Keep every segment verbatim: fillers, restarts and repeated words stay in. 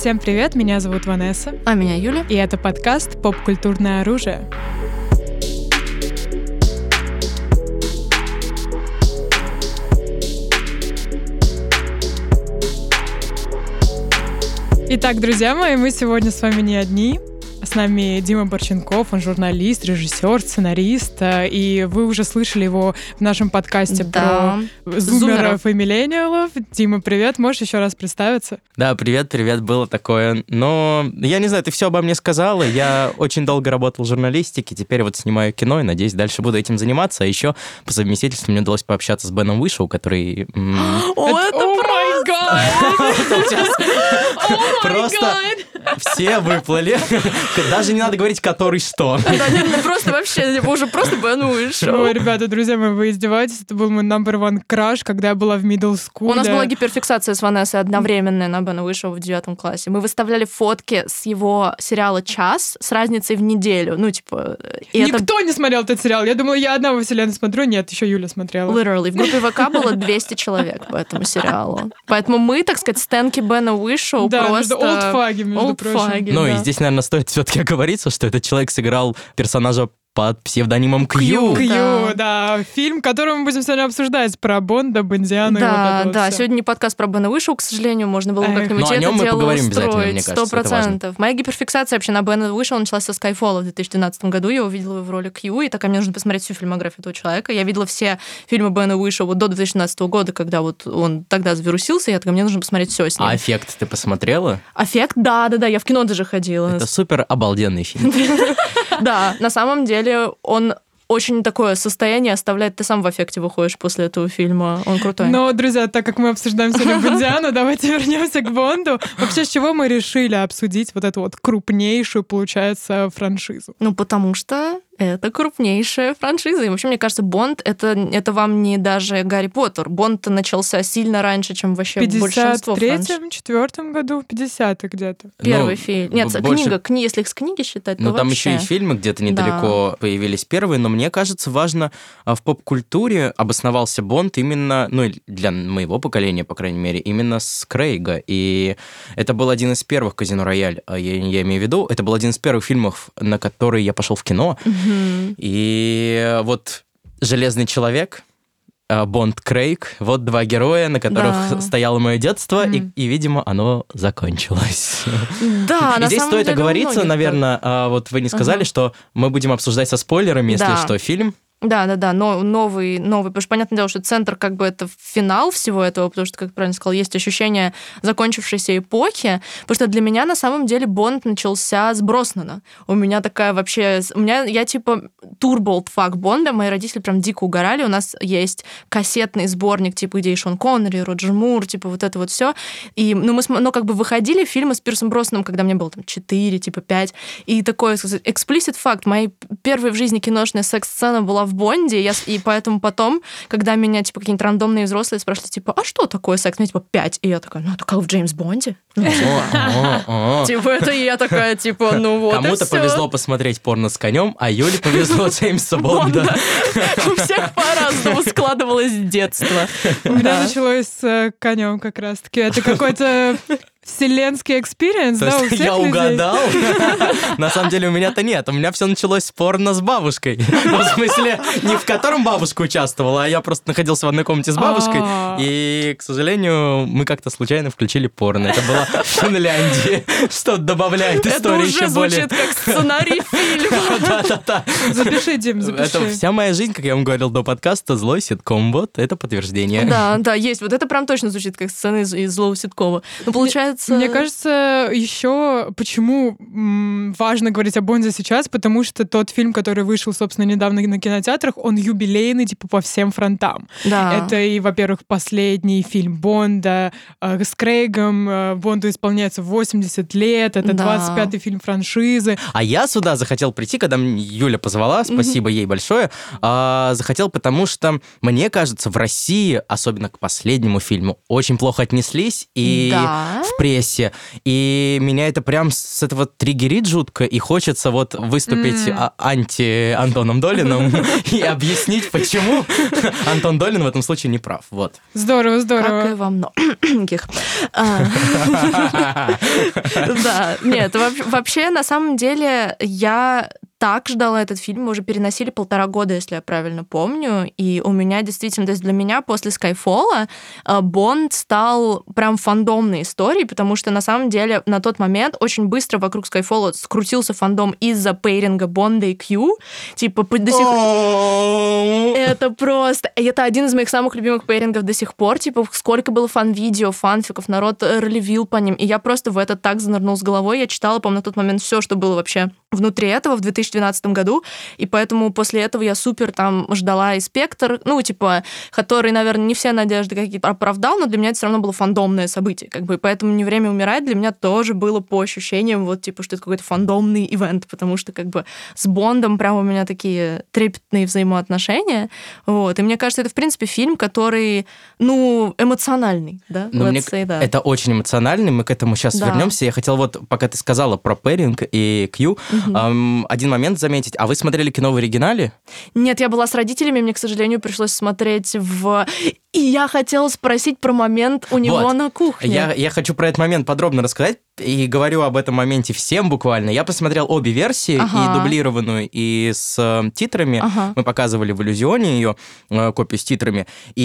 Всем привет, меня зовут Ванесса. А меня Юля. И это подкаст «Поп-культурное оружие». Итак, друзья мои, мы сегодня с вами не одни. С нами Дима Борченков, он журналист, режиссер, сценарист, и вы уже слышали его в нашем подкасте да. про зумеров и миллениалов. Дима, привет, можешь еще раз представиться? Да, привет, привет, было такое. Но я не знаю, ты все обо мне сказала, я очень долго работал в журналистике, теперь вот снимаю кино и, надеюсь, дальше буду этим заниматься. А еще по совместительству мне удалось пообщаться с Беном Уишоу, который... О, это просто! Просто все выплыли. Даже не надо говорить, который что. Да, нет, ну просто вообще, уже просто Бен Уишоу. Ой, ребята, друзья мои, вы издеваетесь? Это был мой number one краш, когда я была в middle school. У нас была гиперфиксация с Ванессой одновременная на Бена Уишоу в девятом классе. Мы выставляли фотки с его сериала «Час» с разницей в неделю. Ну, типа... Никто это... не смотрел этот сериал. Я думала, я одна во вселенной смотрю. Нет, еще Юля смотрела. Literally. В группе ВК было двести человек по этому сериалу. Поэтому мы, так сказать, стенки Бена Уишоу да, просто... Да, олдфаги, между old прочим. Фаги, ну да. и здесь, наверное, стоит все-таки оговориться, что этот человек сыграл персонажа под псевдонимом Кью. Кью, да. да. Фильм, который мы будем сегодня обсуждать, про Бонда, Бондиана да, и вот это вот Да, все. сегодня не подкаст про Бена Уишоу, к сожалению, можно было бы как-нибудь это дело устроить. Сто процентов. Моя гиперфиксация вообще на Бена Уишоу началась со Skyfall в две тысячи двенадцатом году. Я увидела его в роли Кью, и такая, мне нужно посмотреть всю фильмографию этого человека. Я видела все фильмы Бена Уишоу вот до две тысячи двенадцатого года, когда вот он тогда завирусился, я такая, мне нужно посмотреть все с ним. А «Аффект» ты посмотрела? «Аффект», да-да-да, я в кино даже ходила. Это супер обалденный фильм. Да, на самом деле он... очень такое состояние оставляет, ты сам в аффекте выходишь после этого фильма. Он крутой. Но, друзья, так как мы обсуждаем сегодня Бондиану, давайте вернемся к Бонду. Вообще, с чего мы решили обсудить вот эту вот крупнейшую, получается, франшизу? Ну, потому что это крупнейшая франшиза. И вообще, мне кажется, Бонд — это, это вам не даже Гарри Поттер. Бонд начался сильно раньше, чем вообще большинство франшиз. В пятьдесят третьем, четвёртом году, в пятидесятых где-то. Первый ну, фильм. Нет, больше... книга, кни... если их с книги считать, то Ну, там вообще... еще и фильмы где-то недалеко да. появились первые, но мне кажется, важно, в поп-культуре обосновался Бонд именно, ну, для моего поколения, по крайней мере, именно с Крейга. И это был один из первых «Казино Рояль», я, я имею в виду, это был один из первых фильмов, на который я пошел в кино. Mm-hmm. И вот «Железный человек», Бонд, Крейг, вот два героя, на которых да. стояло мое детство, mm. и, и, видимо, оно закончилось. Да, и на здесь самом стоит деле оговориться, наверное, так. вот вы не сказали, uh-huh. что мы будем обсуждать со спойлерами, если да. что, фильм. Да, да, да, но новый, новый, потому что, понятное дело, что центр как бы это финал всего этого, потому что, как ты правильно сказал, есть ощущение закончившейся эпохи, потому что для меня на самом деле Бонд начался с Броснана. У меня такая вообще... У меня, я типа турбо-олдфак Бонда, мои родители прям дико угорали, у нас есть кассетный сборник, типа, где и Шон Коннери, и Роджер Мур, типа, вот это вот все. И, ну, мы, ну, как бы выходили фильмы с Пирсом Броснаном, когда мне было там четыре, типа, пять, и такой, сказать, explicit факт, моя первая в жизни киношная секс-сцена была в в Бонде, я, и поэтому потом, когда меня, типа, какие-нибудь рандомные взрослые спрашивали, типа, а что такое секс? Мне, типа, пять. И я такая, ну, это как в Джеймс Бонде. Типа, это я такая, типа, ну вот кому-то повезло посмотреть порно с конем, а Юле повезло Джеймса Бонда. У всех по-разному складывалось детство. У меня началось с конем как раз-таки. Это какой-то... вселенский экспириенс, да, у всех я людей? угадал? На самом деле у меня-то нет. У меня все началось с порно с бабушкой. Ну, в смысле, не в котором бабушка участвовала, а я просто находился в одной комнате с бабушкой. И, к сожалению, мы как-то случайно включили порно. Это было в Финляндии. Что добавляет истории еще более... Это уже звучит как сценарий фильма. Да-да-да. Запиши, Дим, запиши. Это вся моя жизнь, как я вам говорил до подкаста, злой ситком. Вот, это подтверждение. Да, да, есть. Вот это прям точно звучит как сцена из, из злого ситкома. Ну, получается... Мне кажется, еще почему м, важно говорить о Бонде сейчас, потому что тот фильм, который вышел, собственно, недавно на кинотеатрах, он юбилейный, типа, по всем фронтам. Да. Это и, во-первых, последний фильм Бонда э, с Крейгом. Э, Бонду исполняется восемьдесят лет, это да. двадцать пятый фильм франшизы. А я сюда захотел прийти, когда Юля позвала, спасибо mm-hmm. ей большое, а, захотел, потому что, мне кажется, в России, особенно к последнему фильму, очень плохо отнеслись, и да. в прессе. И меня это прям с этого триггерит жутко, и хочется вот выступить mm. анти-Антоном Долином и объяснить, почему Антон Долин в этом случае не прав. Вот. Здорово, здорово. Как и во многих. Да, нет, вообще, на самом деле, я так ждала этот фильм, мы уже переносили полтора года, если я правильно помню, и у меня действительно, то есть для меня после Скайфолла Бонд стал прям фандомной историей, потому что на самом деле на тот момент очень быстро вокруг Скайфолла скрутился фандом из-за пейринга Бонда и Кью, типа до сих пор... Это просто... Это один из моих самых любимых пейрингов до сих пор, типа сколько было фан-видео, фанфиков, народ ролевил по ним, и я просто в это так занырнул с головой, я читала, помню, на тот момент все, что было вообще внутри этого в две тысячи двенадцатом году, и поэтому после этого я супер там ждала и «Спектр», ну, типа, который, наверное, не все надежды какие-то оправдал, но для меня это все равно было фандомное событие, как бы, и поэтому «Не время умирать» для меня тоже было по ощущениям, вот, типа, что это какой-то фандомный ивент, потому что, как бы, с Бондом прям у меня такие трепетные взаимоотношения, вот, и мне кажется, это, в принципе, фильм, который, ну, эмоциональный, да, ну, мне это очень эмоциональный, мы к этому сейчас да. вернемся. Я хотела вот, пока ты сказала про пейринг и Кью, угу. эм, один момент заметить. А вы смотрели кино в оригинале? Нет, я была с родителями, мне, к сожалению, пришлось смотреть в... И я хотела спросить про момент у него вот. на кухне. Я, я хочу про этот момент подробно рассказать, и говорю об этом моменте всем буквально. Я посмотрел обе версии, ага. и дублированную, и с э, титрами. Ага. Мы показывали в «Иллюзионе» ее, э, копию с титрами.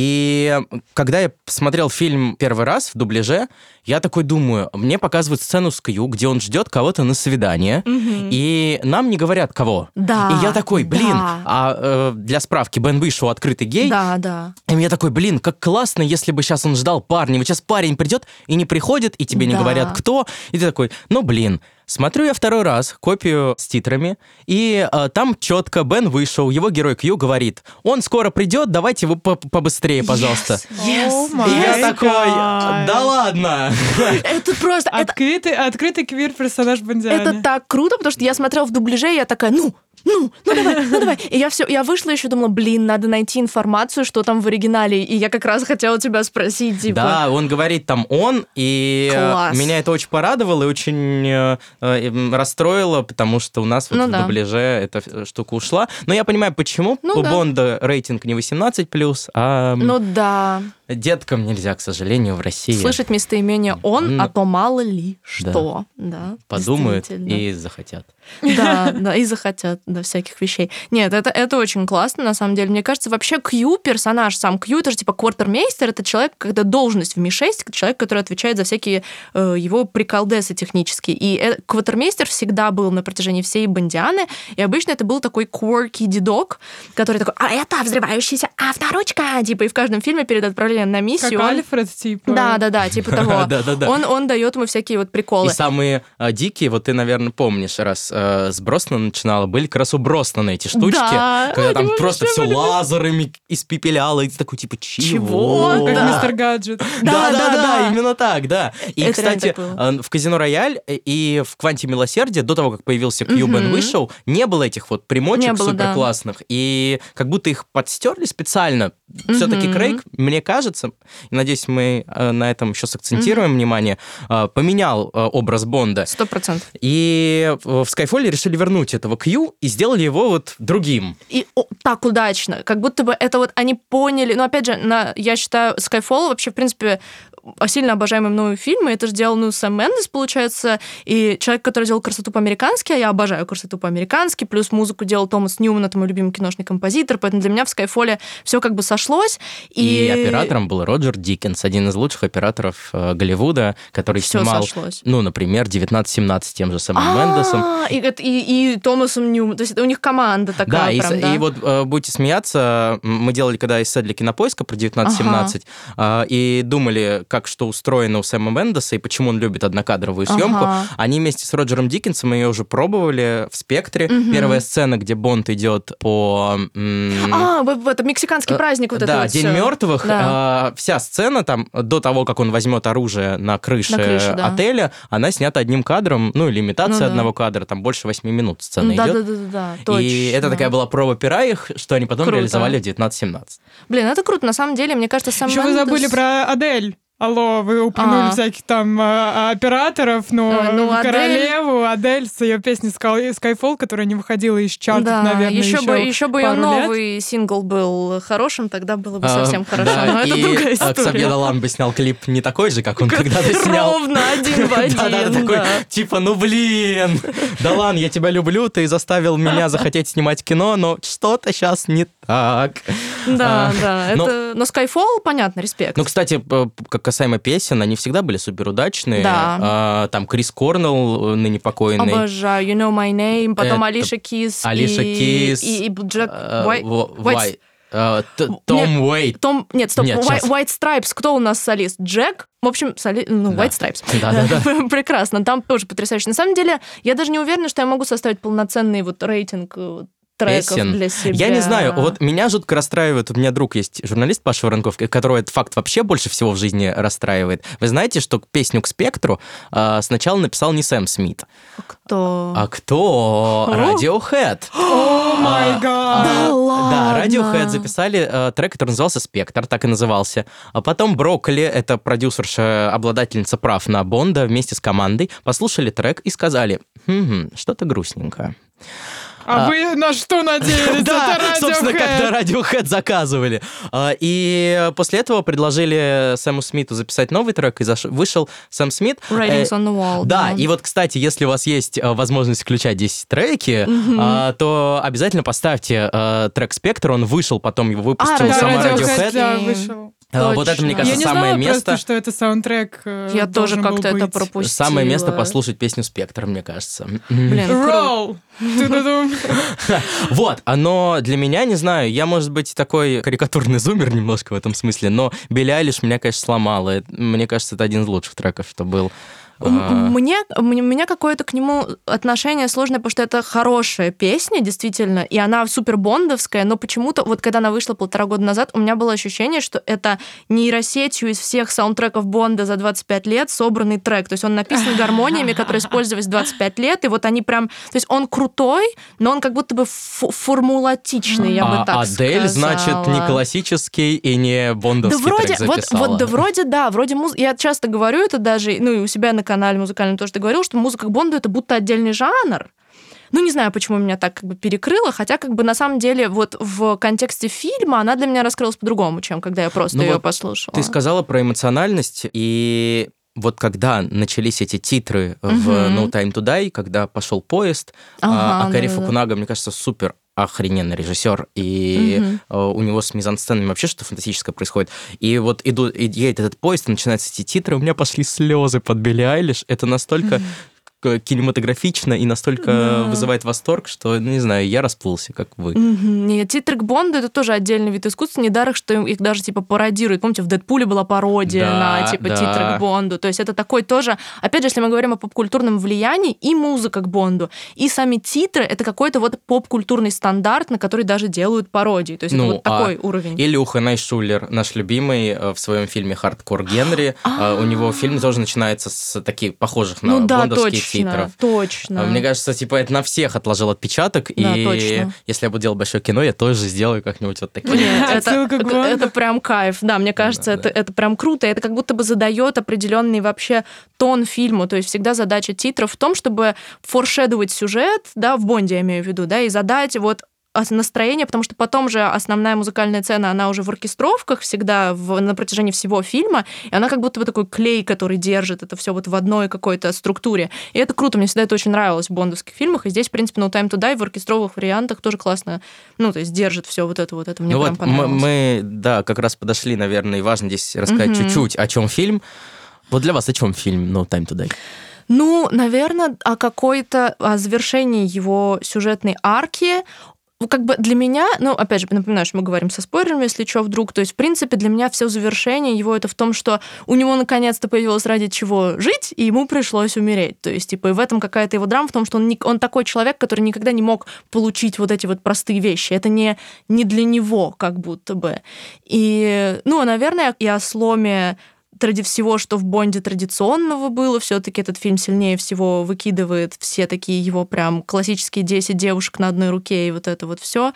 И когда я посмотрел фильм первый раз в дубляже, я такой думаю, мне показывают сцену с Кью, где он ждет кого-то на свидание, угу. и нам не говорят, кого. Да, и я такой, блин, да. а э, для справки, Бен Вишоу открытый гей. Да, да. И я такой, блин, как классно, если бы сейчас он ждал парня. Вот сейчас парень придет и не приходит, и тебе да. не говорят, кто. И ты такой, ну, блин. Смотрю я второй раз копию с титрами, и э, там четко Бен Вишоу, его герой Кью, говорит, он скоро придет, давайте вы побыстрее, пожалуйста. Yes, yes, oh и я God. такой, да ладно. Это просто... Открытый, это... открытый квир-персонаж Бондианы. Это так круто, потому что я смотрела в дубляже, и я такая, ну, ну, ну давай, ну давай. И я все, я вышла еще, думала, блин, надо найти информацию, что там в оригинале. И я как раз хотела тебя спросить, типа... Да, он говорит там он, и Класс. Меня это очень порадовало и очень э, э, расстроило, потому что у нас вот ну, в да. дубляже эта штука ушла. Но я понимаю, почему. Ну, у да. Бонда рейтинг не восемнадцать плюс, а... Ну да. Деткам нельзя, к сожалению, в России. Слышать местоимение «он», ну, а то мало ли что. Да. Да, подумают и захотят. Да, да, и захотят, да, всяких вещей. Нет, это, это очень классно, на самом деле. Мне кажется, вообще Кью, персонаж сам Кью, это же типа квартирмейстер, это человек, когда должность в Ми шесть, это человек, который отвечает за всякие э, его приколдесы технические. И э, квартирмейстер всегда был на протяжении всей Бондианы, и обычно это был такой quirky дедок, который такой, а это взрывающаяся авторучка, типа, и в каждом фильме перед отправлением на миссию... Как он... Альфред, типа. Да-да-да, типа того. Он, он дает ему всякие вот приколы. И самые э, дикие, вот ты, наверное, помнишь, раз э, с Броснана начинала, были как раз у Броснана эти штучки, да, когда там они просто все лазерами испепеляло, и ты такой, типа, чего? Чего? Как Да. мистер Гаджет. Да-да-да, именно так, да. И, это кстати, в «Казино Рояль» и в «Кванте милосердия», до того, как появился Кью Бен Вишоу, не было этих вот примочек суперклассных, да. И как будто их подстерли специально. Все-таки Крейг, мне кажется, и надеюсь, мы на этом еще сакцентируем внимание, поменял образ Бонда. Сто процентов. И в «Скайфолле» решили вернуть этого Кью и сделали его вот другим. И о, так удачно. Как будто бы это вот они поняли... Ну, опять же, на, я считаю, «Скайфолл» вообще, в принципе, сильно обожаемый мною фильм, и это же делал, ну, Сэм Мендес, получается, и человек, который делал «Красоту по-американски», а я обожаю «Красоту по-американски», плюс музыку делал Томас Ньюман, это мой любимый киношный композитор, поэтому для меня в «Скайфолле» все как бы сошлось. И, и оператором был Роджер Диккенс, один из лучших операторов э, Голливуда, который всё снимал, сошлось. Ну, например, девятнадцать семнадцать тем же Сэмом Мендесом. И, и, и Томасом Ньюманом, то есть у них команда такая. Да, прям, и, да? и вот э, будете смеяться, мы делали когда эссе для Кинопоиска про девятнадцать семнадцать, ага. э, и думали, как что устроено у Сэма Мендеса и почему он любит однокадровую съемку. Ага. Они вместе с Роджером Диккенсом ее уже пробовали в «Спектре». Угу. Первая сцена, где Бонд идет по... М- а, это мексиканский праздник вот да, это вот День всё. мертвых. Да. Э, вся сцена там, до того, как он возьмет оружие на крыше, на крыше да. отеля, она снята одним кадром, ну, или имитация ну, одного да. кадра, там больше восьми минут сцена да, идет. Да, да, да, да, и точно. это такая была проба пера их, что они потом круто. реализовали в девятнадцать семнадцать. Блин, это круто, на самом деле, мне кажется, Сэм Еще Мендес... вы забыли про Адель. Алло, вы упомянули А. всяких там а, операторов, но Ой, ну, Адель. королеву Адель с ее песней Sky- Skyfall, которая не выходила из чартов, Да, наверное, еще еще бы, еще бы ее пару лет. новый сингл был хорошим, тогда было бы А, совсем хорошо. да, Но это и, другая а, Ксавье история. Долан бы снял клип не такой же, как он когда-то снял. Ровно один в один. Да-да, такой, да. типа, ну блин, Долан, я тебя люблю, ты заставил меня захотеть снимать кино, но что-то сейчас не так. Да, А, да. но- Это... Но Skyfall, понятно, респект. Ну, кстати, п- как касаемо песен, они всегда были суперудачные. Да. А, там Крис Корнелл, э, ныне покойный. Обожаю. You Know My Name, потом Это Алиша Кис. Алиша и... Кис, И, и Джек э, Уайт. Во- Уайт- Вай- э, Т- Том Уэйт. Том... Нет, стоп. Нет, Уай- щас. White Stripes. Кто у нас солист? Джек? В общем, соли... ну, Да. White Stripes. Да-да-да. Прекрасно. Там тоже потрясающе. На самом деле, я даже не уверена, что я могу составить полноценный вот рейтинг э, треков Песен. для себя. Я не знаю, вот меня жутко расстраивает, у меня друг есть журналист Паша Воронков, которого этот факт вообще больше всего в жизни расстраивает. Вы знаете, что песню к «Спектру» э, сначала написал не Сэм Смит, Кто? а кто? Radiohead. О май А, гад! Да ладно? Да, Radiohead записали э, трек, который назывался «Спектр», так и назывался. А потом Брокколи, это продюсерша, обладательница прав на Бонда, вместе с командой, послушали трек и сказали, «Хм, что-то грустненько». А А. вы на что надеялись? Да, Это собственно, Radiohead. когда Radiohead заказывали. А, И после этого предложили Сэму Смиту записать новый трек, и заш- вышел Сэм Смит. Writings Э, on the Wall. Да, и вот, кстати, если у вас есть э, возможность включать здесь треки, а, то обязательно поставьте э, трек «Спектр», он вышел, потом его выпустил А, Да, сама Radiohead. Radiohead, Radiohead. да, вышел. А, Вот это, мне Точно. Я кажется, не самое знала место. просто, что это саундтрек э, Я тоже должен был как-то это быть. пропустила. Самое место послушать песню «Спектр», мне кажется. Блин, круто. Ролл! Ту-ду-дум. Вот, но для меня, не знаю, я, может быть, такой карикатурный зумер немножко в этом смысле, но Билли Айлиш меня, конечно, сломала. Мне кажется, это один из лучших треков, что был. М- Мне, мне- у меня какое-то к нему отношение сложное, потому что это хорошая песня, действительно, и она супер бондовская, но почему-то, вот когда она вышла полтора года назад, у меня было ощущение, что это нейросетью из всех саундтреков Бонда за двадцать пять лет собранный трек. То есть он написан гармониями, которые использовались двадцать пять лет, и вот они прям... То есть он крутой, но он как будто бы фу- формулатичный, я бы А так Адель, сказала. значит, не классический и не Да бондовский вроде, трек вот, записала. вот, да вроде, да, вроде муз... Я часто говорю это даже, ну и у себя на канале музыкальном тоже говорила, что музыка к Бонду — это будто отдельный жанр. Ну, не знаю, почему меня так как бы перекрыло, хотя как бы на самом деле вот в контексте фильма она для меня раскрылась по-другому, чем когда я просто Ну ее вот послушала. Ты сказала про эмоциональность, и вот когда начались эти титры в Мгм. No Time to Die, когда пошел поезд, Ага, а Акари да-да-да. Фукунага, мне кажется, супер охрененный режиссер, и Мгм. э, у него с мизансценами вообще что-то фантастическое происходит. И вот иду, и едет этот поезд, и начинаются эти титры, у меня пошли слезы под Билли Айлиш. Это настолько к- кинематографично и настолько Да. вызывает восторг, что, ну, не знаю, я расплылся, как вы. Мгм. Нет, титры к Бонду — это тоже отдельный вид искусства, недаром, что им- их даже типа пародируют. Помните, в «Дэдпуле» была пародия Да, на типа да. титры к Бонду. То есть это такой тоже... Опять же, если мы говорим о попкультурном влиянии, и музыка к Бонду, и сами титры — это какой-то вот поп-культурный стандарт, на который даже делают пародии. То есть Ну, это вот а такой уровень. Илюха Найшулер, наш любимый, э, в своем фильме «Хардкор Генри». э, У него фильм тоже начинается с таких похожих на Ну да, бондовских точно, титров. точно. А Мне кажется, типа, это на всех отложил отпечаток, Да, и точно. если я буду делать большое кино, я тоже сделаю как-нибудь вот такие. Нет, это, Отсылка к это, Бонду. это прям кайф. Да, мне кажется, Да, это, да. это прям круто. Это как будто бы задает определенный вообще тон фильму. То есть всегда задача титров в том, чтобы форшедовать сюжет, да, в Бонде я имею в виду, да, и задать вот ос- настроение, потому что потом же основная музыкальная сцена, она уже в оркестровках всегда в- на протяжении всего фильма, и она как будто бы такой клей, который держит это все вот в одной какой-то структуре. И это круто, мне всегда это очень нравилось в бондовских фильмах, и здесь, в принципе, No Time to Die в оркестровых вариантах тоже классно, ну, то есть держит все вот это вот, это мне Ну прям вот мы, понравилось. мы, да, как раз подошли, наверное, и важно здесь рассказать Мгм. чуть-чуть, о чем фильм. Вот для вас о чем фильм No Time to Die? Ну, наверное, о какой-то о завершении его сюжетной арки. Ну, как бы для меня, ну, опять же, напоминаю, что мы говорим со спойлерами, если что, вдруг, то есть, в принципе, для меня все завершение его это в том, что у него наконец-то появилось ради чего жить, и ему пришлось умереть. То есть, типа, и в этом какая-то его драма, в том, что он, не, он такой человек, который никогда не мог получить вот эти вот простые вещи. Это не, не для него, как будто бы. И, ну, наверное, и о сломе ради всего, что в Бонде традиционного было, все-таки этот фильм сильнее всего выкидывает все такие его прям классические десять девушек на одной руке и вот это вот все.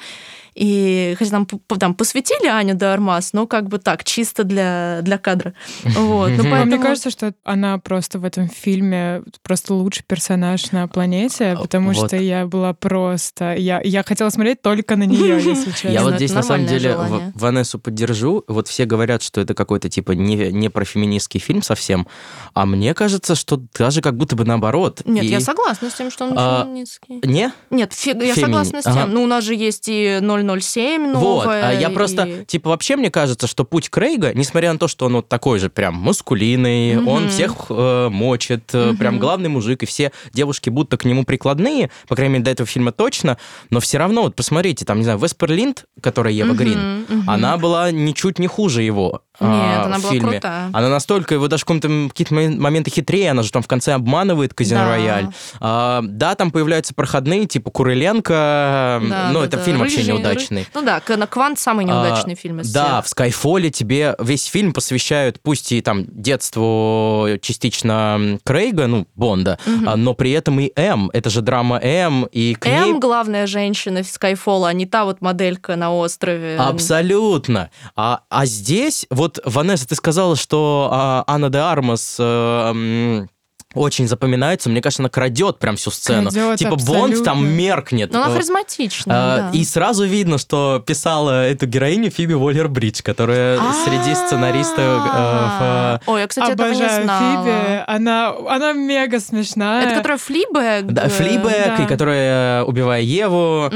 И хотя там, там посвятили Аню де Армас, но как бы так, чисто для, для кадра. Вот. Но поэтому... Мне кажется, что она просто в этом фильме просто лучший персонаж на планете, потому вот. что я была просто... Я, я хотела смотреть только на нее, если честно. Я вот здесь на самом деле желание. Ванессу поддержу. Вот все говорят, что это какой-то типа не, не про феминистский фильм совсем, а мне кажется, что даже как будто бы наоборот. Нет, и... я согласна с тем, что он а, феминистский. Не? Нет, фи... я Фемини... согласна с тем. Ага. Ну, у нас же есть и ноль ноль семь новое. Вот, а я и... просто, типа, вообще мне кажется, что путь Крейга, несмотря на то, что он вот такой же прям мускулинный, mm-hmm. он всех э, мочит, mm-hmm. прям главный мужик, и все девушки будто к нему прикладные, по крайней мере, до этого фильма точно, но все равно, вот посмотрите, там, не знаю, Веспер Линд, которая Ева mm-hmm. Грин, mm-hmm. она была ничуть не хуже его. Нет, а, она в была фильме. крутая. Она настолько его даже в какие-то моменты хитрее, она же там в конце обманывает Казино да. Рояль. А, да, там появляются проходные, типа Куриленко, да, но да, это да. фильм Рыжий, вообще неудачный. Рыжий. Ну да, Квант самый неудачный а, фильм из Да, всех. в Скайфолле тебе весь фильм посвящают, пусть и там детству частично Крейга, ну, Бонда, угу. а, но при этом и М, это же драма М, и к ней... М главная женщина в Скайфолла, а не та вот моделька на острове. Абсолютно. А, а здесь, вот, Ванесса, ты сказала, что а, Анна де Армас... А, очень запоминается. Мне кажется, она крадет прям всю сцену. Крадет, типа абсолютно. Бонд там меркнет. Но она харизматичная, а, да. И сразу видно, что писала эту героиню Фиби Уоллер-Бридж, которая среди сценаристов... Ой, я, кстати, этого не знала. Фиби. Она, она мега смешная. Это которая Флибэг? Да, Флибэг, и которая «Убивая Еву».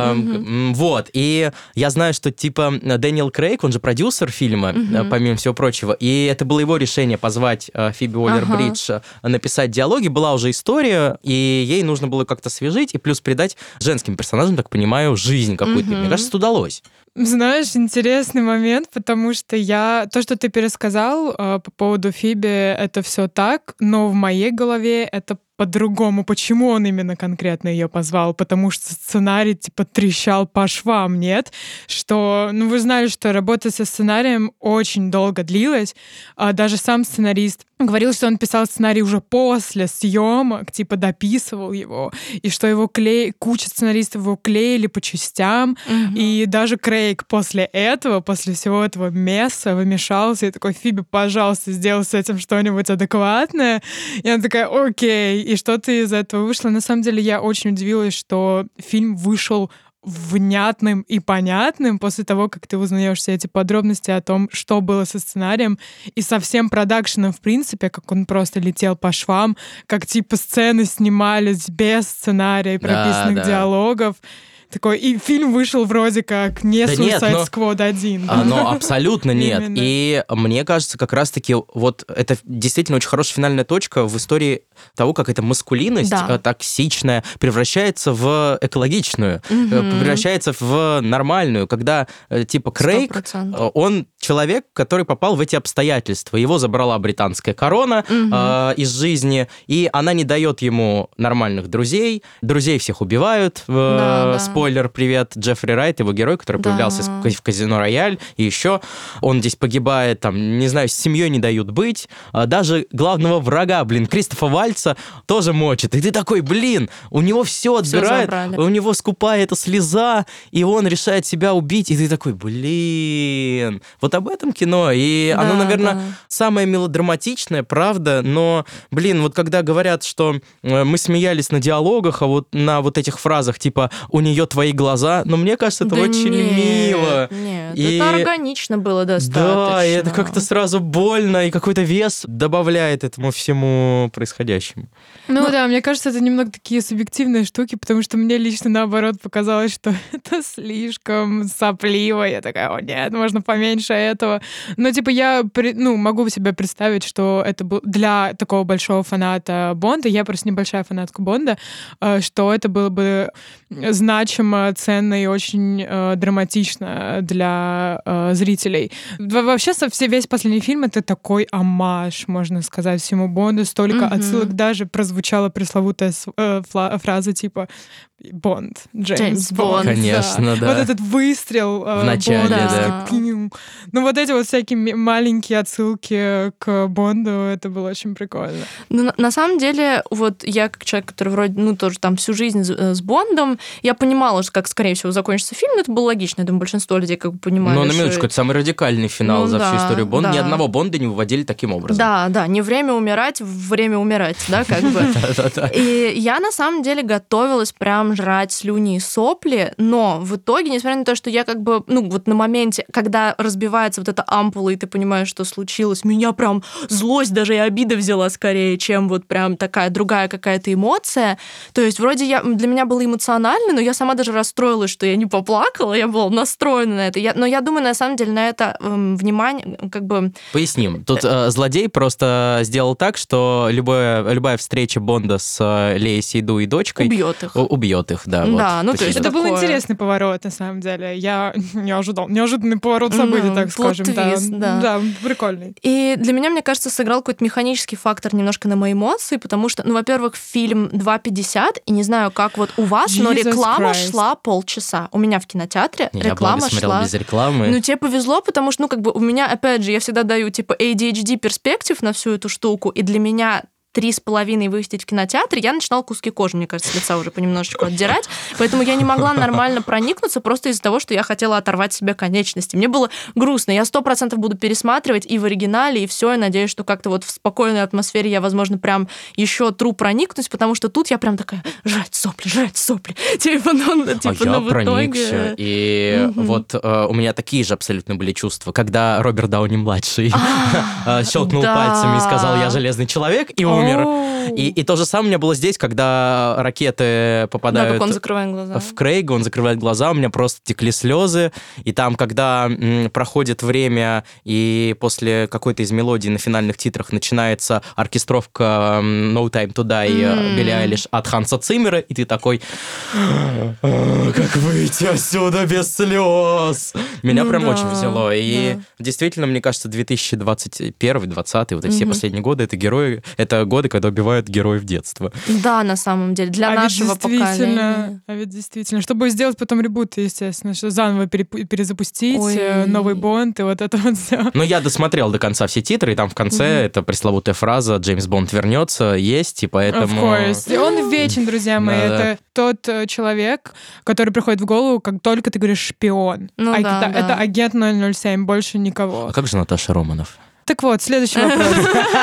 Вот. И я знаю, что типа Дэниел Крейг, он же продюсер фильма, помимо всего прочего, и это было его решение позвать Фиби Уоллер-Бридж на писать диалоги, была уже история, и ей нужно было как-то освежить и плюс придать женским персонажам, так понимаю, жизнь какую-то. Mm-hmm. Мне кажется, это удалось. Знаешь, интересный момент, потому что я... То, что ты пересказал э, по поводу Фиби, это все так, но в моей голове это по-другому. Почему он именно конкретно ее позвал? Потому что сценарий типа трещал по швам, нет? Что, ну вы знали, что работа со сценарием очень долго длилась. А даже сам сценарист говорил, что он писал сценарий уже после съемок, типа дописывал его, и что его клей... куча сценаристов его клеили по частям, угу. и даже Крейг после этого, после всего этого месса вымешался и такой: Фиби, пожалуйста, сделай с этим что-нибудь адекватное. И она такая: окей. И что-то из этого вышло. На самом деле я очень удивилась, что фильм вышел внятным и понятным после того, как ты узнаешь все эти подробности о том, что было со сценарием и со всем продакшеном в принципе, как он просто летел по швам, как типа сцены снимались без сценария и прописанных да, да. диалогов. Такой, и фильм вышел вроде как не да Suicide нет, но, Squad один. А, но абсолютно нет. И мне кажется, как раз-таки вот это действительно очень хорошая финальная точка в истории того, как эта маскулинность да. токсичная превращается в экологичную, угу. превращается в нормальную, когда типа Крейг, сто процентов. Он человек, который попал в эти обстоятельства. Его забрала британская корона угу. э, из жизни, и она не дает ему нормальных друзей. Друзей всех убивают. Да, да. Спойлер, привет, Джеффри Райт, его герой, который да. появлялся в «Казино Рояль», и еще он здесь погибает, там, не знаю, с семьей не дают быть. Даже главного врага, блин, Кристофа Вальца тоже мочит. И ты такой, блин, у него все отбирает, все у него скупая эта слеза, и он решает себя убить, и ты такой, блин. Вот об этом кино, и да, оно, наверное, да. самое мелодраматичное, правда, но, блин, вот когда говорят, что мы смеялись на диалогах, а вот на вот этих фразах, типа, у нее твои глаза, но мне кажется, это да очень нет, мило. Нет, и... это органично было достаточно. Да, и это как-то сразу больно, и какой-то вес добавляет этому всему происходящему. Ну, ну да, мне кажется, это немного такие субъективные штуки, потому что мне лично, наоборот, показалось, что это слишком сопливо. Я такая, о нет, можно поменьше этого. Но, типа, я ну, могу себе представить, что это был для такого большого фаната Бонда, я просто небольшая фанатка Бонда, что это было бы значимо, ценно и очень э, драматично для э, зрителей. Вообще, все, весь последний фильм — это такой оммаж, можно сказать, всему Бонду. Столько mm-hmm. отсылок, даже прозвучала пресловутая э, фраза типа Бонд. Джеймс, Джеймс Бонд. Бонд. Конечно, да. Вот этот выстрел В начале, да. Ну, вот эти вот всякие маленькие отсылки к Бонду, это было очень прикольно. Ну, на, на самом деле, вот я как человек, который вроде, ну, тоже там всю жизнь с, с Бондом, я понимала, что как, скорее всего, закончится фильм, но это было логично. Я думаю, большинство людей как бы понимали. Ну, на что- минуточку, это самый радикальный финал Ну, за всю да, историю Бонда. да. Ни одного Бонда не выводили таким образом. Да, да, не время умирать, время умирать, да, как бы. И я, на самом деле, готовилась прям жрать слюни и сопли, но в итоге, несмотря на то, что я как бы, ну, вот на моменте, когда разбивается вот эта ампула, и ты понимаешь, что случилось, меня прям злость даже и обида взяла скорее, чем вот прям такая другая какая-то эмоция. То есть вроде я, для меня было эмоционально, но я сама даже расстроилась, что я не поплакала, я была настроена на это. Я, но я думаю, на самом деле, на это эм, внимание, как бы... Поясним. Тут э, злодей просто сделал так, что любое, любая встреча Бонда с э, Леей Сейду и дочкой Убьет их. у- убьет их, да. Да, вот, ну, то есть Это спасибо. был такое. интересный поворот, на самом деле. Я не ожидал. Неожиданный поворот событий, Ну, так скажем. Да. плот-твист, да. да, прикольный. И для меня, мне кажется, сыграл какой-то механический фактор немножко на мои эмоции, потому что, ну, во-первых, фильм два пятьдесят, и не знаю, как вот у вас, но Jesus реклама Christ. шла полчаса. У меня в кинотеатре Я бы реклама смотрел шла... без рекламы. Ну, тебе повезло, потому что, ну, как бы у меня, опять же, я всегда даю, типа, эй ди эйч ди перспектив на всю эту штуку, и для меня три с половиной вывесить в кинотеатре, я начинала куски кожи, мне кажется, с лица уже понемножечку отдирать, поэтому я не могла нормально проникнуться просто из-за того, что я хотела оторвать себе конечности. Мне было грустно. Я сто процентов буду пересматривать и в оригинале, и все, и надеюсь, что как-то вот в спокойной атмосфере я, возможно, прям еще тру проникнусь, потому что тут я прям такая, жрать сопли, жрать сопли. Типа, ну, типа, а я ну, в проникся. итоге... И Мгм. вот э, у меня такие же абсолютно были чувства, когда Роберт Дауни-младший э, щелкнул да. пальцами и сказал «Я железный человек» и умер. Оу. И, и то же самое у меня было здесь, когда ракеты Да, попадают как он закрывает глаза. в Крейга, он закрывает глаза, у меня просто текли слезы, и там, когда м, проходит время, и после какой-то из мелодий на финальных титрах начинается оркестровка м, No Time to Die М. Билли Айлиш от Ханса Циммера, и ты такой, «А, как выйти отсюда без слез? Меня Ну прям да, очень взяло, и да. действительно, мне кажется, две тысячи двадцать первый двадцатый, вот эти все Мгм. последние годы, это герои, это годы, когда убивают героев детства. Да, на самом деле, для а нашего ведь действительно, поколения. а ведь действительно, чтобы сделать потом ребут, естественно, что заново переп- перезапустить Ой. э, новый Бонд и вот это вот все. Ну, я досмотрел до конца все титры, и там в конце Мгм. эта пресловутая фраза «Джеймс Бонд вернется» есть, и поэтому... Of course. И он вечен, друзья мои. Да-да. Это тот э, человек, который приходит в голову, как только ты говоришь «шпион». Ну а да, это, да. это агент ноль ноль семь, больше никого. А как же Наташа Романов? Так вот, следующий вопрос.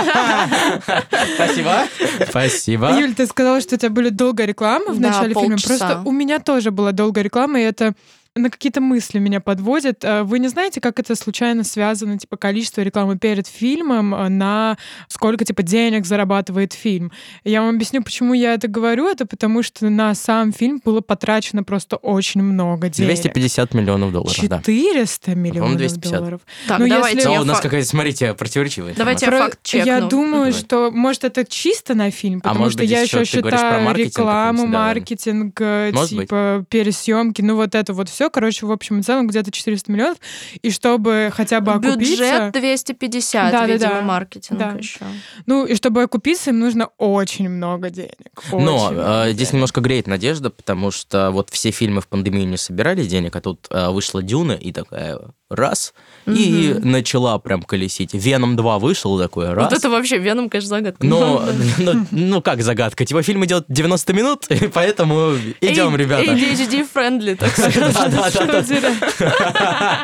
Спасибо. Спасибо. Юль, ты сказала, что у тебя были долгая реклама в Да, начале фильма. полчаса. Просто у меня тоже была долгая реклама, и это на какие-то мысли меня подводит. А Вы не знаете, как это случайно связано, типа, количество рекламы перед фильмом а, на сколько, типа, денег зарабатывает фильм? Я вам объясню, почему я это говорю. Это потому, что на сам фильм было потрачено просто очень много денег. двести пятьдесят миллионов долларов, да. четыреста миллионов двести пятьдесят. долларов. Так, Ну, давайте если- Но я у нас фа- какая-то, смотрите, противоречивая Давайте информация. я факт чекну. Я думаю, Давай. что, может, это чисто на фильм, потому может что быть, я еще еще ты говоришь про считаю маркетинг рекламу, какой-нибудь, да. маркетинг, э, Может быть. типа пересъемки, ну вот это вот все, короче, в общем и целом где-то четыреста миллионов, и чтобы хотя бы окупиться, Бюджет двести пятьдесят, Да, да, видимо, да. маркетинг Да. еще. ну и чтобы окупиться, им нужно очень много денег. Но очень много э, здесь денег. немножко греет надежда, потому что вот все фильмы в пандемию не собирали денег, а тут э, вышла Дюна и такая раз, и Мгм. начала прям колесить. Веном два вышел такой раз. Вот это вообще Веном, конечно, загадка. Ну, ну, ну, как загадка? Типа фильм идет девяносто минут, и поэтому идем, ребята. эй ди эйч ди friendly, так сказать. Да, да, да, да.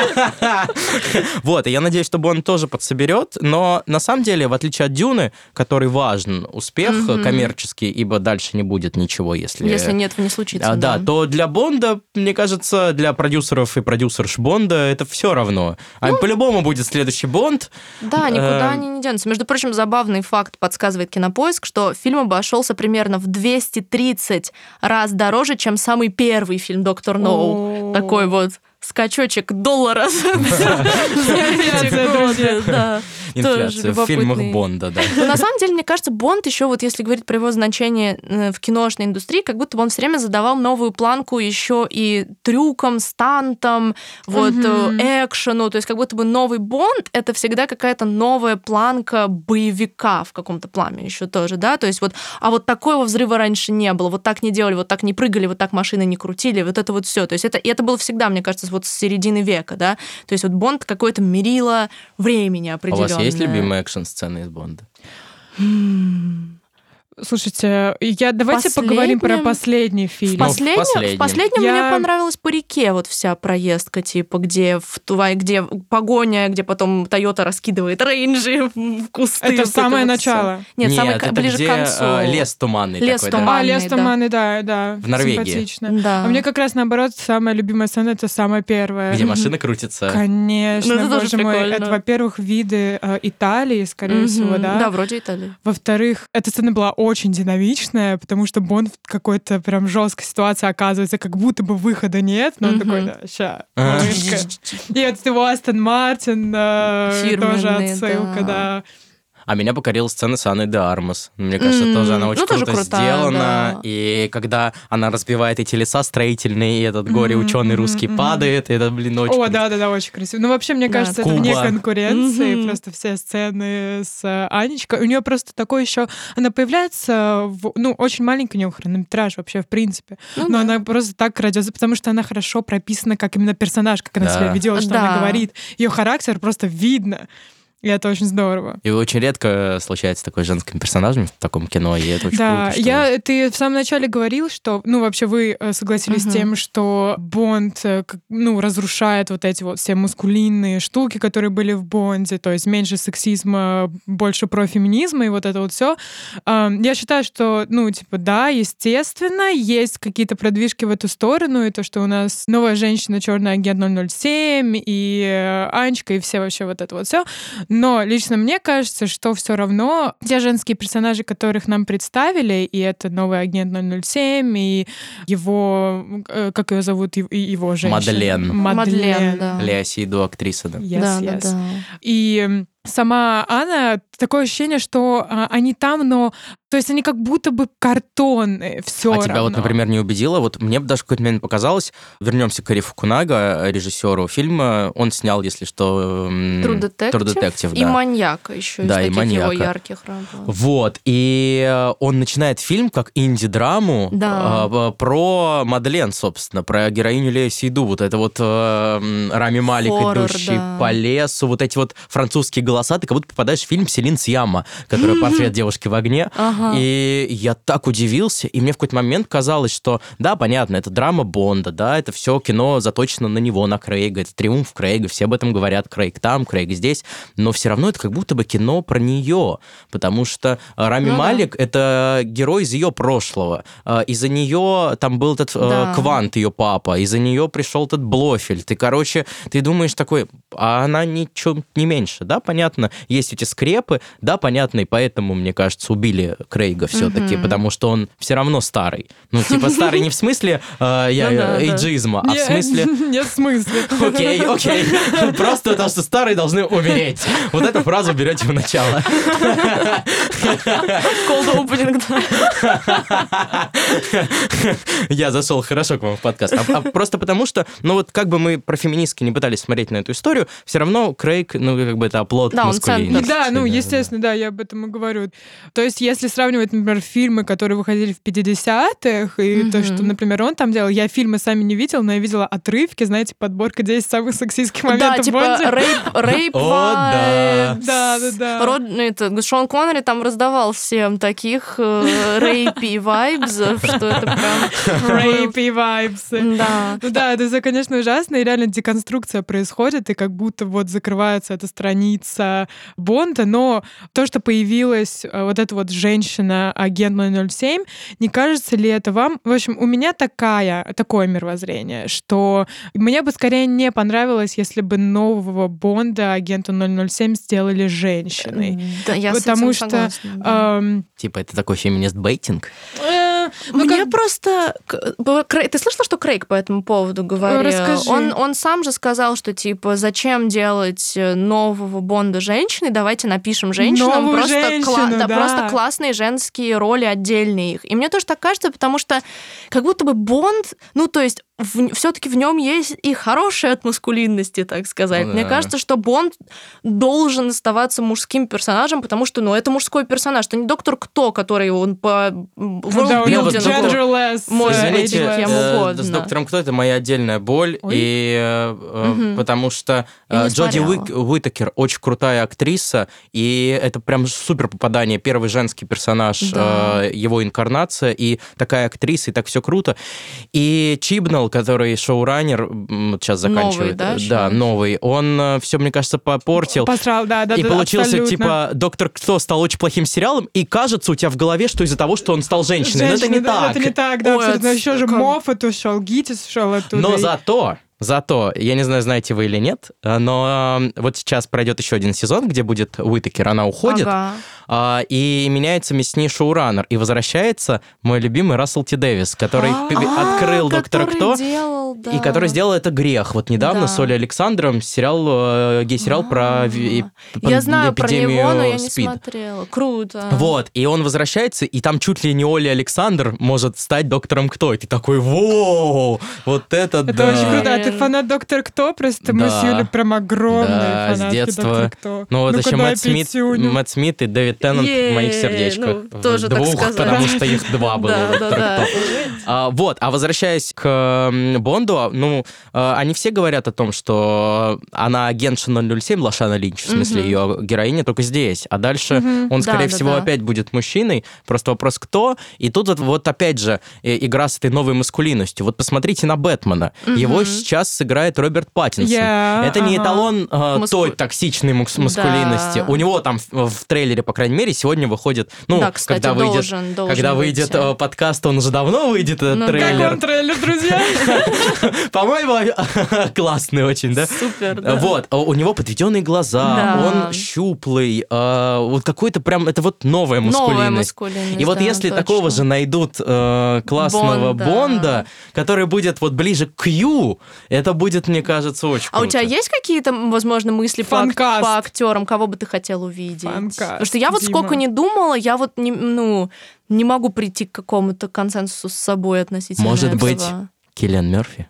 Вот, и я надеюсь, что Бонд тоже подсоберет, но на самом деле, в отличие от Дюны, который важен успех Мгм. коммерческий, ибо дальше не будет ничего, если... Если нет, не случится. А, да, то для Бонда, мне кажется, для продюсеров и продюсерш Бонда это все равно. А по-любому будет следующий Бонд. Да, никуда Э, они не денутся. Между прочим, забавный факт подсказывает Кинопоиск, что фильм обошелся примерно в двести тридцать раз дороже, чем самый первый фильм «Доктор Ноу». О. Такой вот скачочек доллара за за эти Инфляция, годы. друзья. Да. инфляцию в фильмах Бонда, да. Но на самом деле, мне кажется, Бонд еще, вот если говорить про его значение в киношной индустрии, как будто бы он все время задавал новую планку еще и трюкам, стантам, вот, mm-hmm. экшену. То есть как будто бы новый Бонд — это всегда какая-то новая планка боевика в каком-то плане еще тоже, да? То есть вот, а вот такого взрыва раньше не было, вот так не делали, вот так не прыгали, вот так машины не крутили, вот это вот все. То есть это, и это было всегда, мне кажется, вот с середины века, да? То есть вот Бонд какое-то мерило времени определенное. А у вас есть любимые экшн-сцены из Бонда? Слушайте, я, давайте Последнем... поговорим про последний фильм. В последнем, ну, в последнем. в последнем я... мне понравилась по реке вот вся проездка, типа, где, в, где погоня, где потом Тойота раскидывает рейнджи в кусты. Это вот самое это начало. Вот Нет, Нет, самое это ближе где, к концу. А, лес туманный лес такой, туманный, да? А, лес туманный, да, да. В Норвегии. Симпатично. Да. А мне как раз наоборот, самая любимая сцена — это самая первая. Где машина крутится. Конечно, ну, это боже мой. прикольно. Это, во-первых, виды э, Италии, скорее mm-hmm. всего, да? Да, вроде Италии. Во-вторых, эта сцена была очень динамичная, потому что Бонд в какой-то прям жесткой ситуации оказывается, как будто бы выхода нет, но mm-hmm. он такой, да, ща, малышка. И вот его Астон Мартин, э, тоже отсылка, да. да. А меня покорила сцена с Анной де Армас. Мне кажется, mm-hmm. тоже она очень ну, круто тоже крутая, сделана. Да. И когда она разбивает эти леса строительные, и этот горе-ученый mm-hmm. русский mm-hmm. падает, и это, блин, очень О, круто. да-да-да, очень красиво. Ну, вообще, мне да, кажется, Куба. это вне конкуренции. Mm-hmm. Просто все сцены с Анечкой. У нее просто такой еще... Она появляется... В... Ну, очень маленький у нее хронометраж вообще, в принципе. Ну, Но да. она просто так крадется, потому что она хорошо прописана как именно персонаж, как она да. себя ведет, что да. она говорит. Ее характер просто видно. И это очень здорово. И очень редко случается такой женским персонажем в таком кино, и это очень да, круто. Что... Я, ты в самом начале говорил, что, ну, вообще вы согласились uh-huh. с тем, что Бонд, ну, разрушает вот эти вот все маскулинные штуки, которые были в Бонде, то есть меньше сексизма, больше про феминизма и вот это вот все. Я считаю, что, ну, типа, да, естественно, есть какие-то продвижки в эту сторону, и то, что у нас новая женщина, черный агент ноль ноль семь, и Анечка, и все вообще вот это вот все. Но лично мне кажется, что все равно те женские персонажи, которых нам представили, и это новый агент ноль ноль семь, и его, как ее зовут, его женщина. Мадлен. Мадлен, да. Леа Сейду, актриса, да. Yes, да, yes. да, да. И сама Анна, такое ощущение, что а, они там, но... То есть они как будто бы картонные, все А равно. тебя вот, например, не убедило? Вот мне даже в какой-то момент показалось, вернемся к Кари Фукунага, режиссеру фильма, он снял, если что, True Detective, True Detective и да. «Маньяка» еще да, из и таких «Маньяка». его ярких работ. Вот, и он начинает фильм как инди-драму да. э, про Мадлен, собственно, про героиню Лео Сейду, вот это вот э, Рами Малик, Хоррор, идущий да. по лесу, вот эти вот французские голоса, ты как будто попадаешь в фильм «Селин Сьяма», который «Портрет девушки в огне», ага. и я так удивился, и мне в какой-то момент казалось, что, да, понятно, это драма Бонда, да, это все кино заточено на него, на Крейга, это триумф Крейга, все об этом говорят, Крейг там, Крейг здесь, но все равно это как будто бы кино про нее, потому что Рами ну, Малик да. это герой из ее прошлого, из-за нее там был этот да. Квант, ее папа, из-за нее пришел этот Блофельд, и, короче, ты думаешь такой, а она ничего не меньше, да, понятно, есть эти скрепы, да, понятно, и поэтому, мне кажется, убили Крейга все-таки, mm-hmm. потому что он все равно старый. Ну, типа, старый не в смысле э, я, ну, да, эйджизма, да. а в смысле... Нет в смысле. Окей, окей. Просто потому что старые должны умереть. Вот эту фразу берете в начало. Cold opening, да. Я зашел хорошо к вам в подкаст. А, а просто потому что, ну вот как бы мы про феминистки не пытались смотреть на эту историю, все равно Крейг, ну как бы это оплот да, маскулинности. Да, ну естественно, да, я об этом и говорю. То есть если сравнивать, например, фильмы, которые выходили в пятидесятых, и mm-hmm. то, что, например, он там делал, я фильмы сами не видела, но я видела отрывки, знаете, подборка десять самых сексистских моментов. Да, типа рейп, рейп О, да. Да, да, да. Род, ну, это, Шон Коннери там раздавал всем таких э, рейпи вайбс, что это прям... Рейпи вайбс. Да. Ну да, это все, конечно, ужасно, и реально деконструкция происходит, и как будто вот закрывается эта страница Бонда, но то, что появилась вот эта вот женщина, агент ноль ноль семь, не кажется ли это вам... В общем, у меня такая, такое мировоззрение, что мне бы скорее не понравилось, если бы нового Бонда, агента ноль ноль семь, сделали женщиной. Да, я Потому с этим что... согласна, да. Эм, типа это такой феминист-бейтинг? Э, Ну, Мне как... просто... Ты слышала, что Крейг по этому поводу говорил? Расскажи. Он, он сам же сказал, что, типа, зачем делать нового Бонда женщиной, давайте напишем женщинам Новую просто, женщину, кла- да, да. просто классные женские роли, отдельные их. И мне тоже так кажется, потому что как будто бы Бонд, ну, то есть все-таки в нем есть и хорошие от маскулинности, так сказать. Ну, Мне да. кажется, что Бонд должен оставаться мужским персонажем, потому что, ну, это мужской персонаж, это не доктор Кто, который он по ворлдбилдингу genderless, может быть Извините, кем э, угодно. с доктором Кто это моя отдельная боль, Ой. и э, Мгм. потому что Я э, не Джоди смотрела. Уик- Уитакер очень крутая актриса, и это прям супер попадание, первый женский персонаж, Да. э, его инкарнация, и такая актриса, и так все круто. И Чибнелл, который шоураннер, м, вот сейчас заканчивает, да, э, еще? да, новый, он все, мне кажется, попортил. Посрал, да, да, И да, получился, абсолютно. типа, Доктор Кто стал очень плохим сериалом, и кажется у тебя в голове, что из-за того, что он стал женщиной. Но это Женщины, не да, так. Это не так, да, Ой, абсолютно. это Еще же как- Моффат ушел, Гиттис ушел оттуда. Но и- зато, зато, я не знаю, знаете вы или нет, но э, вот сейчас пройдет еще один сезон, где будет Уитакер, она уходит, Ага. а, и меняется местный шоураннер, и возвращается мой любимый Рассел Т. Дэвис, который А, п- открыл А, Доктора который Кто, делал, да. и который сделал это грех. Вот недавно Да. с Олей Александром сериал, э, гей-сериал про ви- Я эп- знаю про эпидемию него, но я не СПИД. смотрела. Круто. Вот, и он возвращается, и там чуть ли не Оля Александр может стать Доктором Кто. И ты такой, воу, вот это, Это да. очень круто. А ты Блин. фанат Доктора Кто? Просто мы с Да. Юлей прям огромные Да, с фанатки детства. Доктора Кто. Ну вот еще дай Мэтт Смит, пятюню. Мэтт Смит и Дэвид Теннант в моих Е-е-е, сердечках. ну, тоже так Двух, сказать. потому что их два было. Да, у да, Доктора да. Кто. А, вот, а возвращаясь к м, Бонду, ну, э, они все говорят о том, что она агентша ноль ноль семь, Лашана Линч, в смысле, Мгм. ее героиня только здесь. А дальше Мгм. он, Да, скорее да, всего, да. опять будет мужчиной. Просто вопрос, кто. И тут вот, вот опять же э, игра с этой новой маскулинностью. Вот посмотрите на Бэтмена. Мгм. Его сейчас сыграет Роберт Паттинсон. Я- Это не ага. эталон э, Маску- той токсичной мус- маскулинности. Да. У него там в, в трейлере, по крайней мере, сегодня выходит... Ну, Да, кстати, когда выйдет, должен, должен когда выйдет выйти. э, подкаст, он уже давно выйдет, этот Ну да. трейлер. Как он трейлер, друзья? По-моему, классный очень, да? Супер, да. Вот, а у него подведенные глаза, Да. он щуплый, э, вот какой-то прям, это вот новая Новая маскулинность. маскулинность, И вот да, если точно. такого же найдут э, классного Бонда. Бонда, который будет вот ближе к Q, это будет, мне кажется, очень А у круто. тебя есть какие-то, возможно, мысли по, ак- Фанкаст. по актерам, кого бы ты хотел увидеть? Фанкаст, Потому что я вот Дима. сколько не думала, я вот не, ну, не могу прийти к какому-то консенсусу с собой относительно Может этого. быть, Киллиан Мерфи?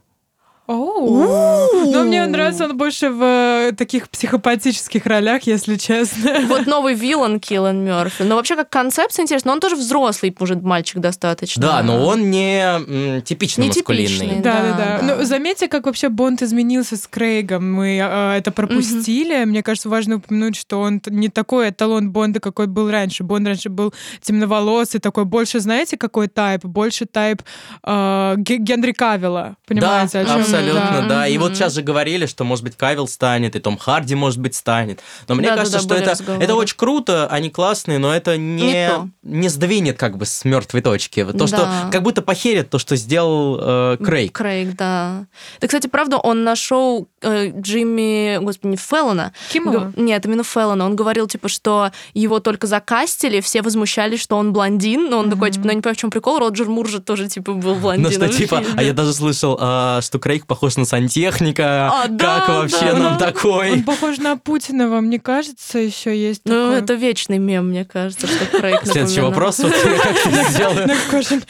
Оу. Но мне нравится он больше в э, таких психопатических ролях, если честно. Вот новый виллан Киллиан Мёрфи. Но вообще как концепция интересна. Но он тоже взрослый уже мальчик достаточно. Да, но он не м, типично Не маскулинный. типичный. Да, да, Да, да. да. Ну, заметьте, как вообще Бонд изменился с Крейгом. Мы э, это пропустили. Мне кажется, важно упомянуть, что он т- не такой эталон Бонда, какой был раньше. Бонд раньше был темноволосый, такой больше, знаете, какой тайп? Больше тайп э, Ге- Генри Кавилла. Понимаете, Да, о чём? абсолютно, да. И вот Мгм. сейчас же говорили, что, может быть, Кавилл станет, и Том Харди, может быть, станет. Но мне Да, да, кажется, да, что были это, разговоры. это очень круто, они классные, но это не, Не то. не сдвинет как бы с мертвой точки. То, Да. что как будто похерит то, что сделал э, Крейг. Крейг, да. Да, кстати, правда, он на шоу э, Джимми, господи, не Феллона. Киммела? Г- Нет, именно Феллона. Он говорил, типа, что его только закастили, все возмущались, что он блондин, но он такой, типа, ну, я не понимаю, в чем прикол, Роджер Мур же тоже, типа, был Ну блондином. что, в типа, фильме. а я даже слышал, а, что Крейг похож на сантехника. А, да, как вообще да, нам да. такой? Он похож на Путина, вам не кажется, еще есть Ну, такое? это вечный мем, мне кажется, что Крейг Следующий напоминал. вопрос. Вот как ты сделал? Next question.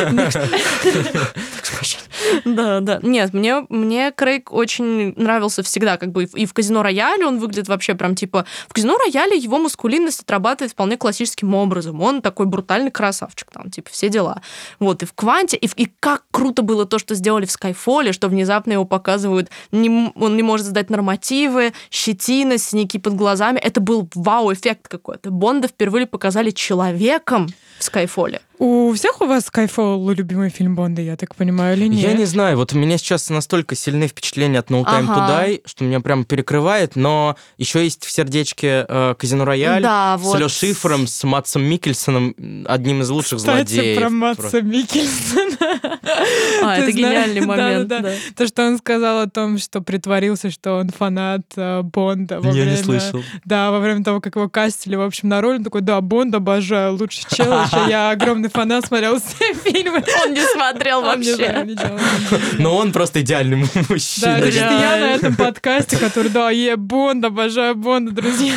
Да, да. Нет, мне, мне Крейг очень нравился всегда, как бы и в- и в «Казино Рояле» он выглядит вообще прям типа... В «Казино Рояле» его маскулинность отрабатывает вполне классическим образом. Он такой брутальный красавчик, там, типа, все дела. Вот, и в «Кванте», и, в- и как круто было то, что сделали в «Скайфоле», что внезапно его показывают, не, м- он не может сдать нормативы, щетина, синяки под глазами. Это был вау-эффект какой-то. Бонда впервые показали человеком в «Скайфоле». У всех у вас Skyfall любимый фильм Бонда, я так понимаю, или нет? Я не знаю, вот у меня сейчас настолько сильные впечатления от No Time Ага. to Die, что меня прям перекрывает, но еще есть в сердечке э, Казино Рояль Да, с вот. Лё Шифером, с Матсом Микельсоном, одним из лучших Кстати, злодеев. про Матса Миккельсона. А, Ты это знаешь, гениальный да, момент. да, да. да. То, что он сказал о том, что притворился, что он фанат э, Бонда во Я время... не слышал. Да, во время того, как его кастили, в общем, на роль, он такой, да, Бонд обожаю, лучший чел, еще я огромный истинный фанат, смотрел все фильмы. Он не смотрел вообще. Но он просто идеальный мужчина. Да, то, что я на этом подкасте, который, да, е, Бонд, обожаю Бонда, друзья.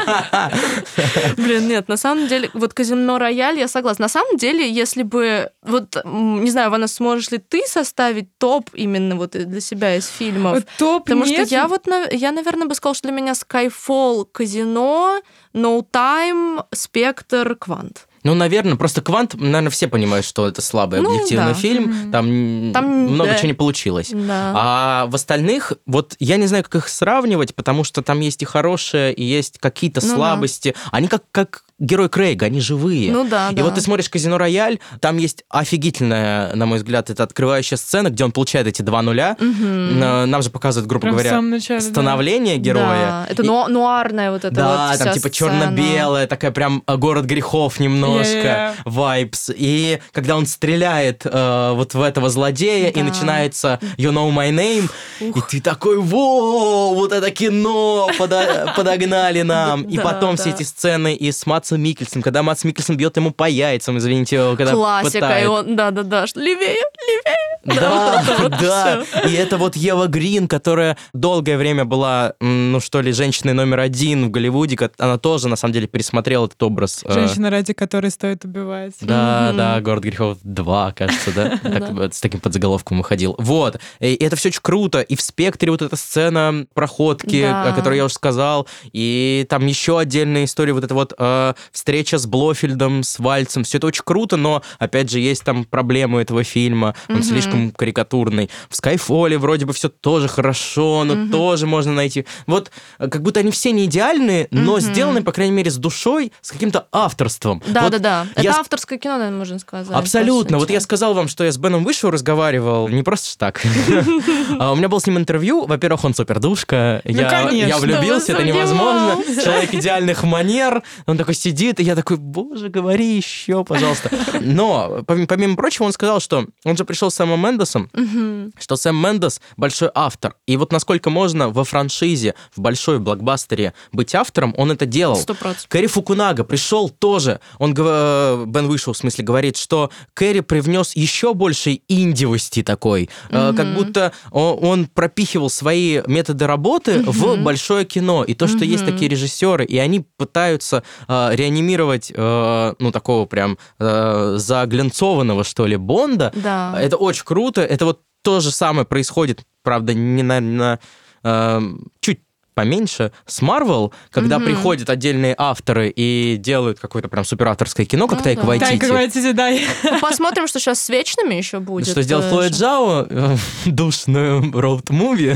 Блин, нет, на самом деле, вот «Казино Рояль», я согласна. На самом деле, если бы, вот, не знаю, Ванна, сможешь ли ты составить топ именно вот для себя из фильмов? Топ Потому нет. что я вот, я, наверное, бы сказала, что для меня Skyfall, «Казино», No Time, «Спектр», «Квант». Ну, наверное, просто «Квант», наверное, все понимают, что это слабый ну, объективный да. фильм, Mm-hmm. там, там много да. чего не получилось. Да. А в остальных, вот я не знаю, как их сравнивать, потому что там есть и хорошее, и есть какие-то ну, слабости. Да. Они как, как герой Крейга, они живые. Ну да, и да. вот ты смотришь «Казино Рояль», там есть офигительная, на мой взгляд, это открывающая сцена, где он получает эти два нуля. Mm-hmm. Нам же показывают, грубо Прям говоря, начале, становление да. героя. Да. Это и... нуарная вот эта да, вот там типа черно-белая, такая прям город грехов немножко, вайбс. Yeah. И когда он стреляет э, вот в этого злодея, да. и начинается You Know My Name, Ух. И ты такой, воу, вот это кино подо- подогнали нам. И потом все эти сцены и с Мадсом Миккельсом, когда Мадс Миккельсон бьет ему по яйцам, извините, когда классика, пытает. И он, да-да-да, левее, левее. Да, да. И это вот Ева Грин, которая долгое время была, ну что ли, женщиной номер один в Голливуде, она тоже, на самом деле, пересмотрела этот образ. Женщина, ради которой стоит убивать. Да, да, «Город грехов два», кажется, да? С таким подзаголовком выходил. Вот. И это все очень круто. И в «Спектре» вот эта сцена проходки, о которой я уже сказал, и там еще отдельная история, вот эта вот встреча с Блофельдом, с Вальцем. Все это очень круто, но, опять же, есть там проблемы этого фильма. Он слишком карикатурный. В «Скайфоле» вроде бы все тоже хорошо, но mm-hmm. тоже можно найти. Вот как будто они все не идеальные, но mm-hmm. сделаны, по крайней мере, с душой, с каким-то авторством. Да-да-да. Вот это я... авторское кино, наверное, можно сказать. Абсолютно. Вот я сказал вам, что я с Беном Вишоу разговаривал не просто так. У меня был с ним интервью. Во-первых, он супердушка. Я влюбился, это невозможно. Человек идеальных манер. Он такой сидит, и я такой, боже, говори еще, пожалуйста. Но, помимо прочего, он сказал, что он же пришел с Сэмом Мендесом, uh-huh. что Сэм Мендес большой автор. И вот насколько можно во франшизе, в большой блокбастере быть автором, он это делал. сто процентов. Кэрри Фукунага пришел тоже. Он, Бен Вишоу, в смысле, говорит, что Кэрри привнес еще больше индивости такой. Uh-huh. Как будто он, он пропихивал свои методы работы uh-huh. в большое кино. И то, что uh-huh. есть такие режиссеры, и они пытаются э, реанимировать, э, ну, такого прям э, заглянцованного, что ли, Бонда. Да. Это очень круто. Это вот то же самое происходит, правда, не на, на э, чуть поменьше, с Marvel, когда mm-hmm. приходят отдельные авторы и делают какое-то прям суперавторское кино, как ну, Тайка да. Вайтити. Тайка Вайтити, да. Посмотрим, что сейчас с «Вечными» еще будет. Что сделал Хлоя Джао, душную роуд-муви.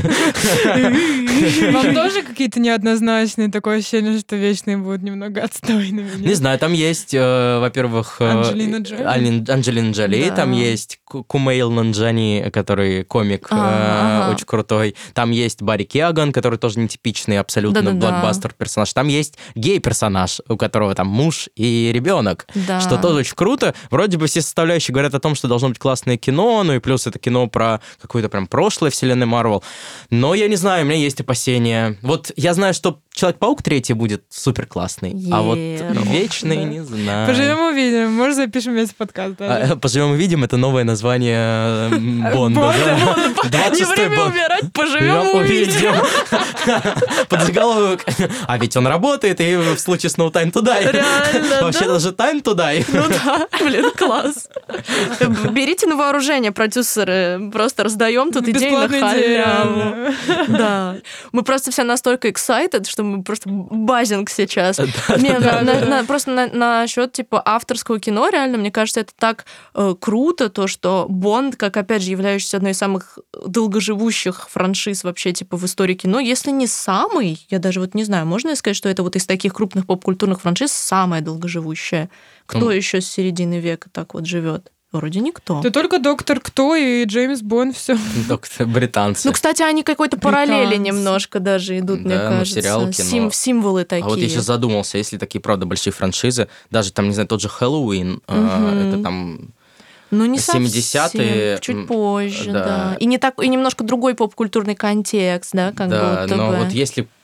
Вам тоже какие-то неоднозначные, такое ощущение, что «Вечные» будут немного отстойными? Не знаю, там есть, во-первых, Анджелина Джоли, Анджелина Джоли, там есть Кумейл Нанджани, который комик очень крутой. Там есть Барри Кеоган, который тоже нетипичный абсолютно Да-да-да. блокбастер-персонаж. Там есть гей-персонаж, у которого там муж и ребенок, да. что тоже очень круто. Вроде бы все составляющие говорят о том, что должно быть классное кино, ну и плюс это кино про какое-то прям прошлое вселенной Марвел. Но я не знаю, у меня есть опасения. Вот я знаю, что Человек-паук третий будет супер классный, yeah. а вот Вечный да. не знаю. Поживем увидим. Может, запишем весь подкаст. А, Поживем увидим это новое название Бонда. Не время умирать, поживем увидим. Подзаголовок. А ведь он работает, и в случае с No Time to Die. Реально, вообще даже Time to Die. Ну да, блин, класс. Берите на вооружение, продюсеры. Просто раздаем тут идеи на халяву. Да. Мы просто все настолько excited, что мы просто базинг сейчас. Просто насчет типа авторского кино, реально, мне кажется, это так круто, то, что Бонд, как, опять же, являющийся одной из самых долгоживущих франшиз вообще типа в истории кино, если не самый, я даже вот не знаю, можно ли сказать, что это вот из таких крупных поп-культурных франшиз самая долгоживущая? Кто mm. еще с середины века так вот живет? Вроде никто. Да только Доктор Кто и Джеймс Бонд, все. Доктор британцы. Ну, кстати, они какой-то параллели немножко даже идут, да, мне кажется. Ну, сериал, кино. Сим- символы такие. А вот я сейчас задумался, если такие, правда, большие франшизы, даже там, не знаю, тот же Хэллоуин, угу. э, это там... Ну, не семидесятые, совсем, чуть позже, да. да. И, не так, и немножко другой поп-культурный контекст, да, как да, будто но бы. вот если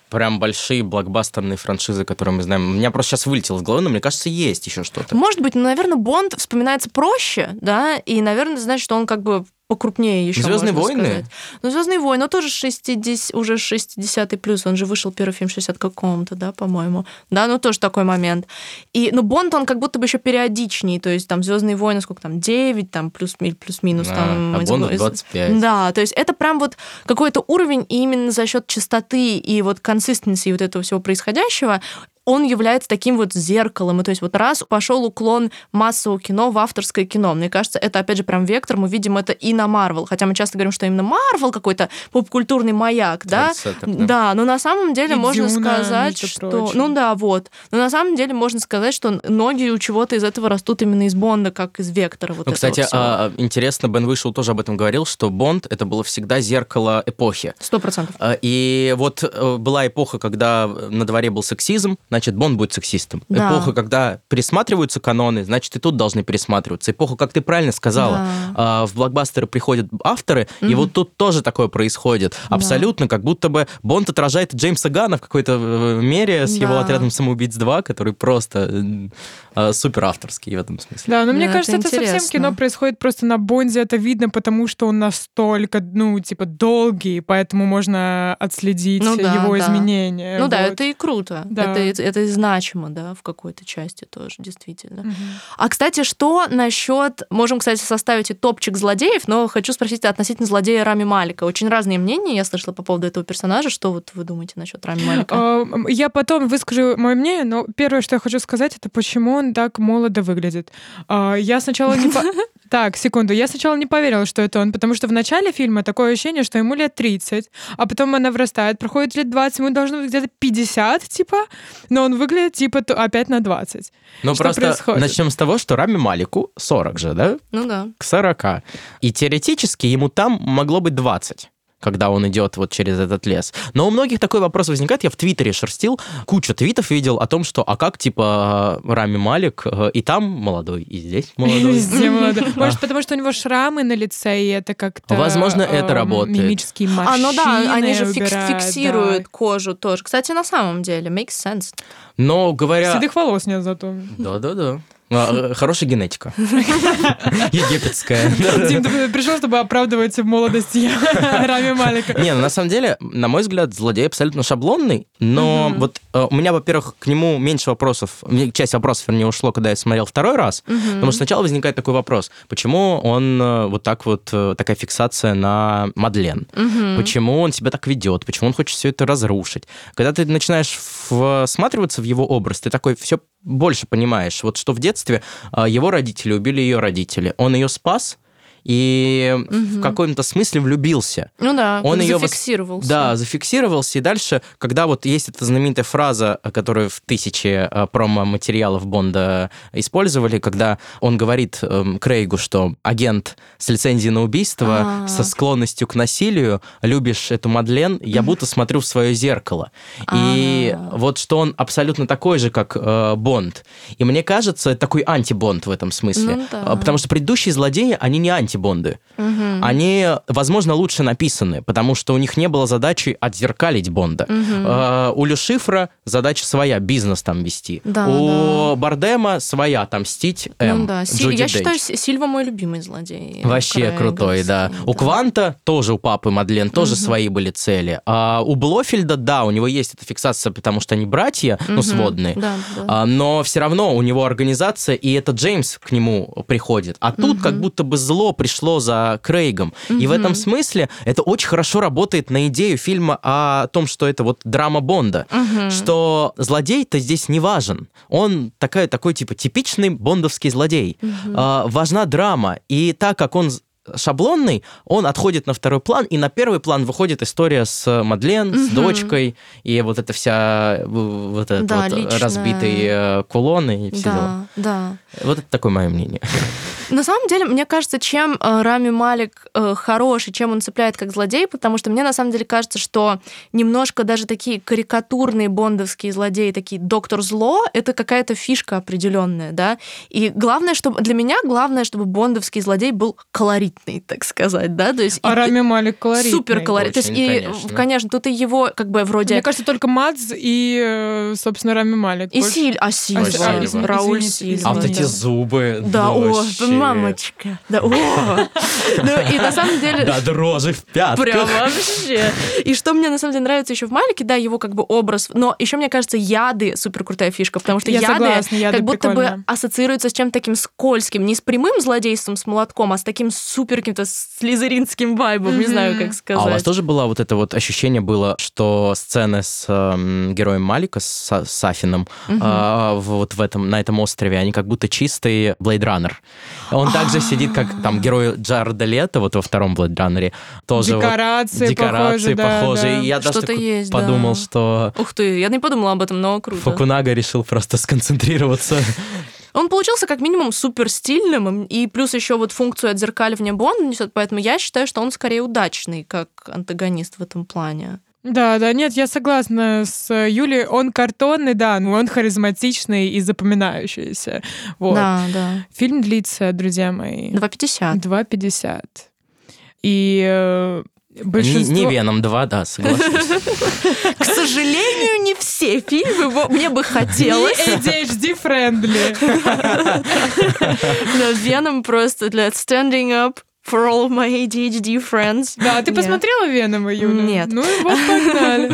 прям большие блокбастерные франшизы, которые мы знаем. У меня просто сейчас вылетело из головы, но мне кажется, есть еще что-то. Может быть, но, наверное, Бонд вспоминается проще, да, и, наверное, значит, что он как бы покрупнее еще, «Звездные можно войны»? сказать. Ну, «Звездные войны», но тоже шестьдесят, уже шестидесятый плюс, он же вышел первый фильм в шестидесятом каком-то, да, по-моему. Да, ну тоже такой момент. И, ну, Бонд, он как будто бы еще периодичнее, то есть там «Звездные войны», сколько там, девять, там, плюс, плюс-минус. А, там, а Бонд двадцать пять. Да, то есть это прям вот какой-то уровень, и именно за счет частоты и вот консистенции вот этого всего происходящего он является таким вот зеркалом. И то есть вот раз пошел уклон массового кино в авторское кино, мне кажется, это, опять же, прям вектор, мы видим это и на Марвел. Хотя мы часто говорим, что именно Марвел какой-то поп-культурный маяк, да? Да. Да, но на самом деле и можно Дюна, сказать, что... Прочим. Ну да, вот. Но на самом деле можно сказать, что ноги у чего-то из этого растут именно из Бонда, как из вектора вот ну, этого кстати, всего. а, интересно, Бен Вышел тоже об этом говорил, что Бонд — это было всегда зеркало эпохи. Сто процентов. И вот была эпоха, когда на дворе был сексизм, значит, Бонд будет сексистом. Да. Эпоха, когда пересматриваются каноны, значит, и тут должны пересматриваться. Эпоха, как ты правильно сказала, да. в блокбастеры приходят авторы, mm-hmm. и вот тут тоже такое происходит. Да. Абсолютно, как будто бы Бонд отражает Джеймса Ганна в какой-то мере с да. его «Отрядом самоубийц два», который просто э, супер авторский в этом смысле. Да, но да, мне это кажется, интересно. это совсем кино происходит просто на Бонде, это видно, потому что он настолько, ну, типа, долгий, поэтому можно отследить ну, да, его да. изменения. Ну вот. да, это и круто. Да. Это, это и значимо, да, в какой-то части тоже, действительно. Угу. А, кстати, что насчет... Можем, кстати, составить и топчик злодеев, но хочу спросить относительно злодея Рами Малика. Очень разные мнения я слышала по поводу этого персонажа. Что вот вы думаете насчет Рами Малика? Я потом выскажу мое мнение, но первое, что я хочу сказать, это почему он так молодо выглядит. Я сначала не... Так, секунду. Я сначала не поверила, что это он, потому что в начале фильма такое ощущение, что ему лет тридцать, а потом она вырастает, проходит лет двадцать, ему должно быть где-то пятьдесят, типа, но он выглядит, типа, опять на двадцать. Ну, просто происходит? Начнем с того, что Рами Малику сорок же, да? Ну да. К сорока. И теоретически ему там могло быть двадцать. Когда он идет вот через этот лес. Но у многих такой вопрос возникает. Я в Твиттере шерстил, кучу твитов видел о том, что а как, типа, Рами Малик и там молодой, и здесь молодой. Везде молодой. Может, потому что у него шрамы на лице, и это как-то... Возможно, это работает. Мимические морщины. А, ну да, они же убирают, фиксируют да. кожу тоже. Кстати, на самом деле, makes sense. Но говоря... Седых волос нет зато. Да-да-да. Хорошая генетика. Египетская. Дим, ты пришел, чтобы оправдывать молодость Рами Малика. Не, ну на самом деле, на мой взгляд, злодей абсолютно шаблонный, но угу. вот у меня, во-первых, к нему меньше вопросов, часть вопросов, вернее, ушло, когда я смотрел второй раз, угу. потому что сначала возникает такой вопрос, почему он вот так вот, такая фиксация на Мадлен, угу. почему он себя так ведет, почему он хочет все это разрушить. Когда ты начинаешь всматриваться в его образ, ты такой все больше понимаешь, вот что в детстве его родители убили ее родители, он ее спас, и угу. в каком-то смысле влюбился. Ну да, он ее зафиксировался. Вос... Да, зафиксировался, и дальше, когда вот есть эта знаменитая фраза, которую в тысяче промо-материалов Бонда использовали, когда он говорит эм, Крейгу, что агент с лицензией на убийство, А-а-а. со склонностью к насилию, любишь эту Мадлен, я будто смотрю в свое зеркало. А-а-а. И вот что он абсолютно такой же, как э, Бонд. И мне кажется, это такой анти-Бонд в этом смысле. Ну, да. Потому что предыдущие злодеи, они не анти Бонды. Угу. Они, возможно, лучше написаны, потому что у них не было задачи отзеркалить Бонда. Угу. Э, у Ле Шифра задача своя, бизнес там вести. Да, у да. Бардема своя, отомстить М. Ну, да. Джуди Я Дейч. считаю, Сильва мой любимый злодей. Вообще крутой, да. да. У Кванта тоже, у папы Мадлен, тоже угу. свои были цели. А у Блофельда, да, у него есть эта фиксация, потому что они братья, угу. ну, сводные. Да, да. А, но все равно у него организация, и это Джеймс к нему приходит. А тут угу. как будто бы зло пришло за Крейгом. Mm-hmm. И в этом смысле это очень хорошо работает на идею фильма о том, что это вот драма Бонда. Mm-hmm. Что злодей-то здесь не важен. Он такой, такой типа типичный бондовский злодей. Mm-hmm. А, важна драма. И так как он шаблонный, он отходит на второй план, и на первый план выходит история с Мадлен, mm-hmm. с дочкой, и вот эта вся вот этот да, вот разбитый кулон и все да, дела. Да. Вот это такое мое мнение. На самом деле, мне кажется, чем э, Рами Малик э, хороший, чем он цепляет как злодей, потому что мне на самом деле кажется, что немножко даже такие карикатурные бондовские злодеи, такие доктор Зло, это какая-то фишка определенная, да. И главное, чтобы для меня главное, чтобы бондовский злодей был колоритный, так сказать, да. То есть а Рами Малик колоритный. Супер колоритный. То есть, и, конечно. конечно, тут и его как бы вроде. Мне кажется, только Мадз и, собственно, Рами Малик. И Силь, а Сильва, а, Сильва. Рауль Извините, Сильва. А вот эти зубы. Да, о, вообще. мамочка. Да, о. Ну, и на самом деле... Да, дрожи в пятках. Прям вообще. И что мне, на самом деле, нравится еще в Малике, да, его как бы образ, но еще, мне кажется, яды супер крутая фишка, потому что Я яды, согласна, яды как будто прикольно. бы ассоциируются с чем-то таким скользким, не с прямым злодейством, с молотком, а с таким супер каким-то слизеринским вайбом, не знаю, как сказать. А у вас тоже было вот это вот ощущение было, что сцены с э, героем Малика, с Сафином, угу. э, вот в этом, на этом острове, они как будто чистый Blade Runner. Он также сидит, как там герой Джареда Лето, вот во втором Blade Runner, тоже декорации, вот, декорации похожи, да, похожие. да. И я даже Что-то есть, подумал, да. что... Ух ты, я не подумала об этом, но круто. Фукунага решил просто сконцентрироваться. Он получился как минимум супер стильным, и плюс еще вот функцию отзеркаливания Бонда несет, поэтому я считаю, что он скорее удачный как антагонист в этом плане. Да, да, нет, я согласна с Юлей. Он картонный, да, но он харизматичный и запоминающийся. Вот. Да, да. Фильм длится, друзья мои... два пятьдесят. два пятьдесят. И э, большинство... Не, не Веном два, да, соглашусь. К сожалению, не все фильмы, мне бы хотелось. эй ди эйч ди-friendly. Но Веном просто для standing up for all of my эй ди эйч ди friends. Да, ты Нет. посмотрела Венома, Юля? Нет. Ну и вот погнали.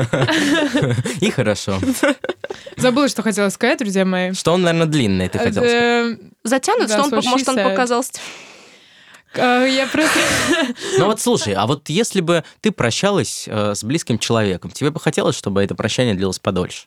И хорошо. Забыла, что хотела сказать, друзья мои. Что он, наверное, длинный, ты хотел сказать. Э, Затянут, Да, что он, so she может, он said. показал... э, Я просто... Ну вот слушай, а вот если бы ты прощалась э, с близким человеком, тебе бы хотелось, чтобы это прощание длилось подольше?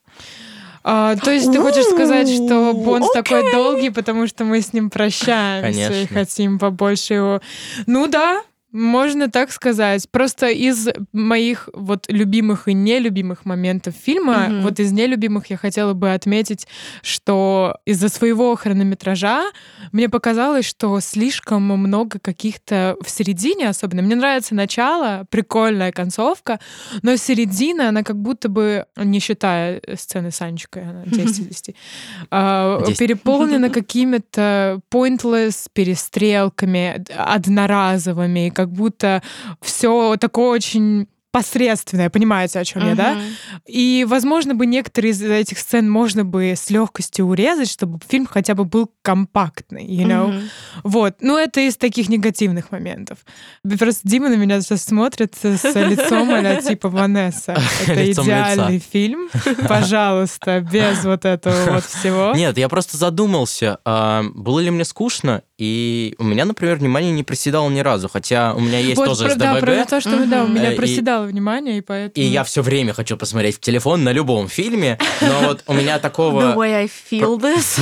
А, то есть ты хочешь сказать, что Бонд Окей. такой долгий, потому что мы с ним прощаемся и Конечно. хотим побольше его... Ну да, можно так сказать. Просто из моих вот любимых и нелюбимых моментов фильма, Мгм. вот из нелюбимых я хотела бы отметить, что из-за своего хронометража мне показалось, что слишком много каких-то в середине особенно. Мне нравится начало, прикольная концовка, но середина, она как будто бы, не считая сцены с Анечкой, она десять из десяти, а, десять. переполнена какими-то pointless перестрелками одноразовыми, как будто все такое очень посредственное, понимаете, о чем я, да? Мгм. И, возможно, бы некоторые из этих сцен можно бы с легкостью урезать, чтобы фильм хотя бы был компактный, you know? Мгм. Вот. Ну, это из таких негативных моментов. Просто Дима на меня сейчас смотрит с лицом а типа Ванесса. Это Лицом идеальный фильм. Пожалуйста, без вот этого вот всего. Нет, я просто задумался, а, было ли мне скучно, и у меня, например, внимание не проседало ни разу, хотя у меня есть Вот тоже про- да, про СДВГ, то, что да, у Мгм. меня Э, и- проседало внимание, и поэтому... и я все время хочу посмотреть в телефон на любом фильме, но вот у меня The такого... way I feel this.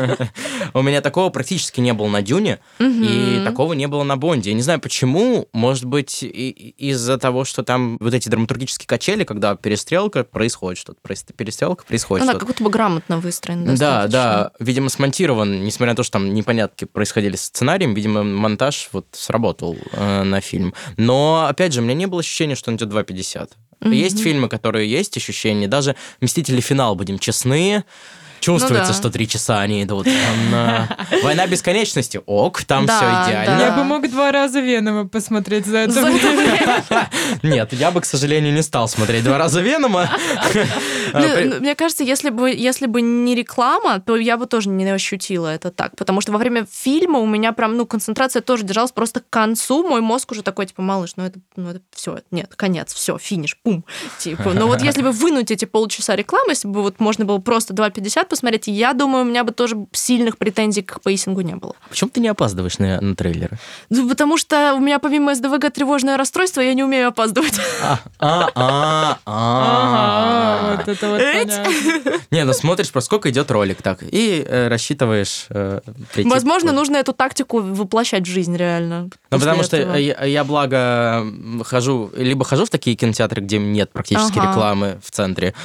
У меня такого практически не было на Дюне, и такого не было на Бонде. Я не знаю почему, может быть, и- и- из-за того, что там вот эти драматургические качели, когда перестрелка, происходит что-то, прос- перестрелка, происходит Она что-то. как будто бы грамотно выстроена. Да, достаточно. да, видимо, смонтирован, несмотря на то, что там непонятки происходили с сценарием, видимо, монтаж вот сработал э, на фильм. Но, опять же, у меня не было ощущения, что он идет два пятьдесят. Есть фильмы, которые есть ощущение, даже «Мстители. Финал», будем честны, чувствуется, Ну да. что три часа они идут. Там, э, «Война бесконечности», ок, там Да, все идеально. Я да. бы мог два раза Венома посмотреть за это За это время. Нет, я бы, к сожалению, не стал смотреть два раза «Венома». Ну, Э, при- ну, Мне кажется, если бы, если бы не реклама, то я бы тоже не ощутила это так. Потому что во время фильма у меня прям, ну, концентрация тоже держалась просто к концу. Мой мозг уже такой, типа, малыш, ну это, ну это все, нет, конец, все, финиш, пум. Типа, но вот если бы вынуть эти полчаса рекламы, если бы вот можно было просто два пятьдесят посмотреть, я думаю, у меня бы тоже сильных претензий к пейсингу не было. Почему ты не опаздываешь на, на трейлеры? Ну, потому что у меня помимо СДВГ тревожное расстройство, я не умею опаздывать. А, а, а, Ага, а. вот это это вот понятно. Не, ну смотришь, просто сколько идет ролик так, и э, рассчитываешь э, прийти. Возможно, нужно эту тактику воплощать в жизнь реально. Ну, потому что я, я, благо, хожу, либо хожу в такие кинотеатры, где нет практически ага. рекламы в центре,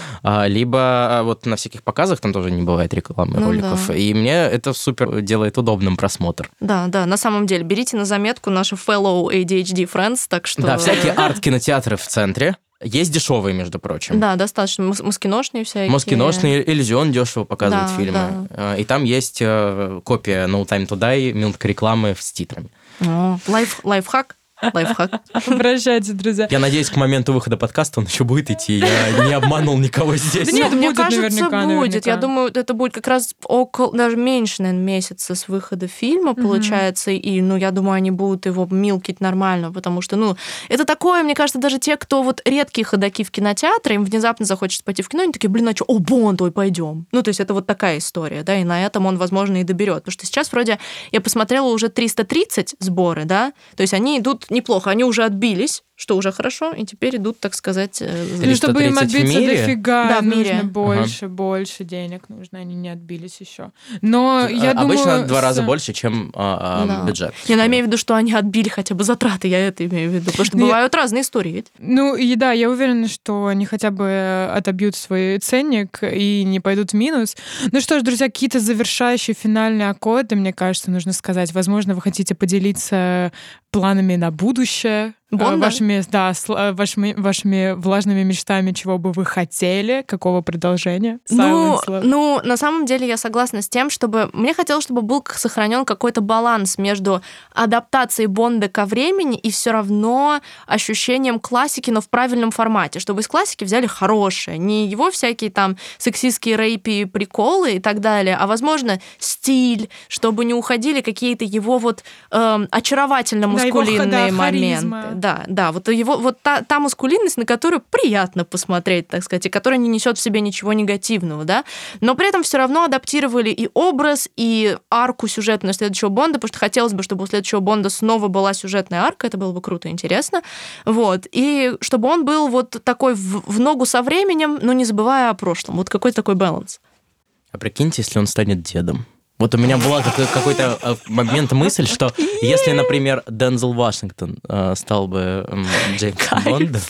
либо вот на всяких показах там тоже не бывает рекламы ну, роликов. Да. И мне это супер делает удобным просмотр. Да, да, на самом деле. Берите на заметку наши fellow эй ди эйч ди friends, так что... Да, всякие арт-кинотеатры в центре. Есть дешевые, между прочим. Да, достаточно. Маскиношные всякие. Маскиношные, Иллюзион дешево показывает да, фильмы. Да. И там есть копия No Time to Die, минутка рекламы с титрами. О, лайф, лайфхак. Лайфхак. Обращайтесь, друзья. Я надеюсь, к моменту выхода подкаста он еще будет идти. Я не обманул никого здесь. Да нет, мне кажется, будет. Я думаю, это будет как раз около, даже меньше, наверное, месяца с выхода фильма, получается. И, ну, я думаю, они будут его милкить нормально, потому что, ну, это такое, мне кажется, даже те, кто вот редкие ходаки в кинотеатре, им внезапно захочется пойти в кино, они такие, блин, а что? О, Бонд, ой, пойдем. Ну, то есть это вот такая история, да, и на этом он, возможно, и доберет. Потому что сейчас вроде я посмотрела уже триста тридцать сборы, да, то есть они идут неплохо, они уже отбились, что уже хорошо, и теперь идут, так сказать... Ну, чтобы им отбиться дофига, да, в нужно мире. больше, ага. больше денег нужно, они не отбились еще. Но я Обычно думаю... Обычно два раза больше, чем а, да. бюджет. Я да. имею в виду, что они отбили хотя бы затраты, я это имею в виду, потому что не... бывают разные истории ведь. Ну, и да, я уверена, что они хотя бы отобьют свой ценник и не пойдут в минус. Ну что ж, друзья, какие-то завершающие финальные аккорды, мне кажется, нужно сказать. Возможно, вы хотите поделиться планами на будущее, Бонда? Вашими, да, вашими, вашими влажными мечтами, чего бы вы хотели, какого продолжения? Ну, ну, на самом деле я согласна с тем, чтобы... Мне хотелось, чтобы был сохранен какой-то баланс между адаптацией Бонда ко времени и все равно ощущением классики, но в правильном формате. Чтобы из классики взяли хорошее. Не его всякие там сексистские рейпи, приколы и так далее, а, возможно, стиль, чтобы не уходили какие-то его вот эм, очаровательно мускулинные да, его, да, моменты. Харизма. Да, да, вот его вот та, та маскулинность, на которую приятно посмотреть, так сказать, и которая не несет в себе ничего негативного, да, но при этом все равно адаптировали и образ, и арку сюжетную следующего Бонда, потому что хотелось бы, чтобы у следующего Бонда снова была сюжетная арка, это было бы круто и интересно, вот, и чтобы он был вот такой в, в ногу со временем, но не забывая о прошлом, вот какой-то такой баланс. А прикиньте, если он станет дедом. Вот у меня была какой-то момент мысль, что если, например, Дензел Вашингтон э, стал бы э, Джеймсом Бондом,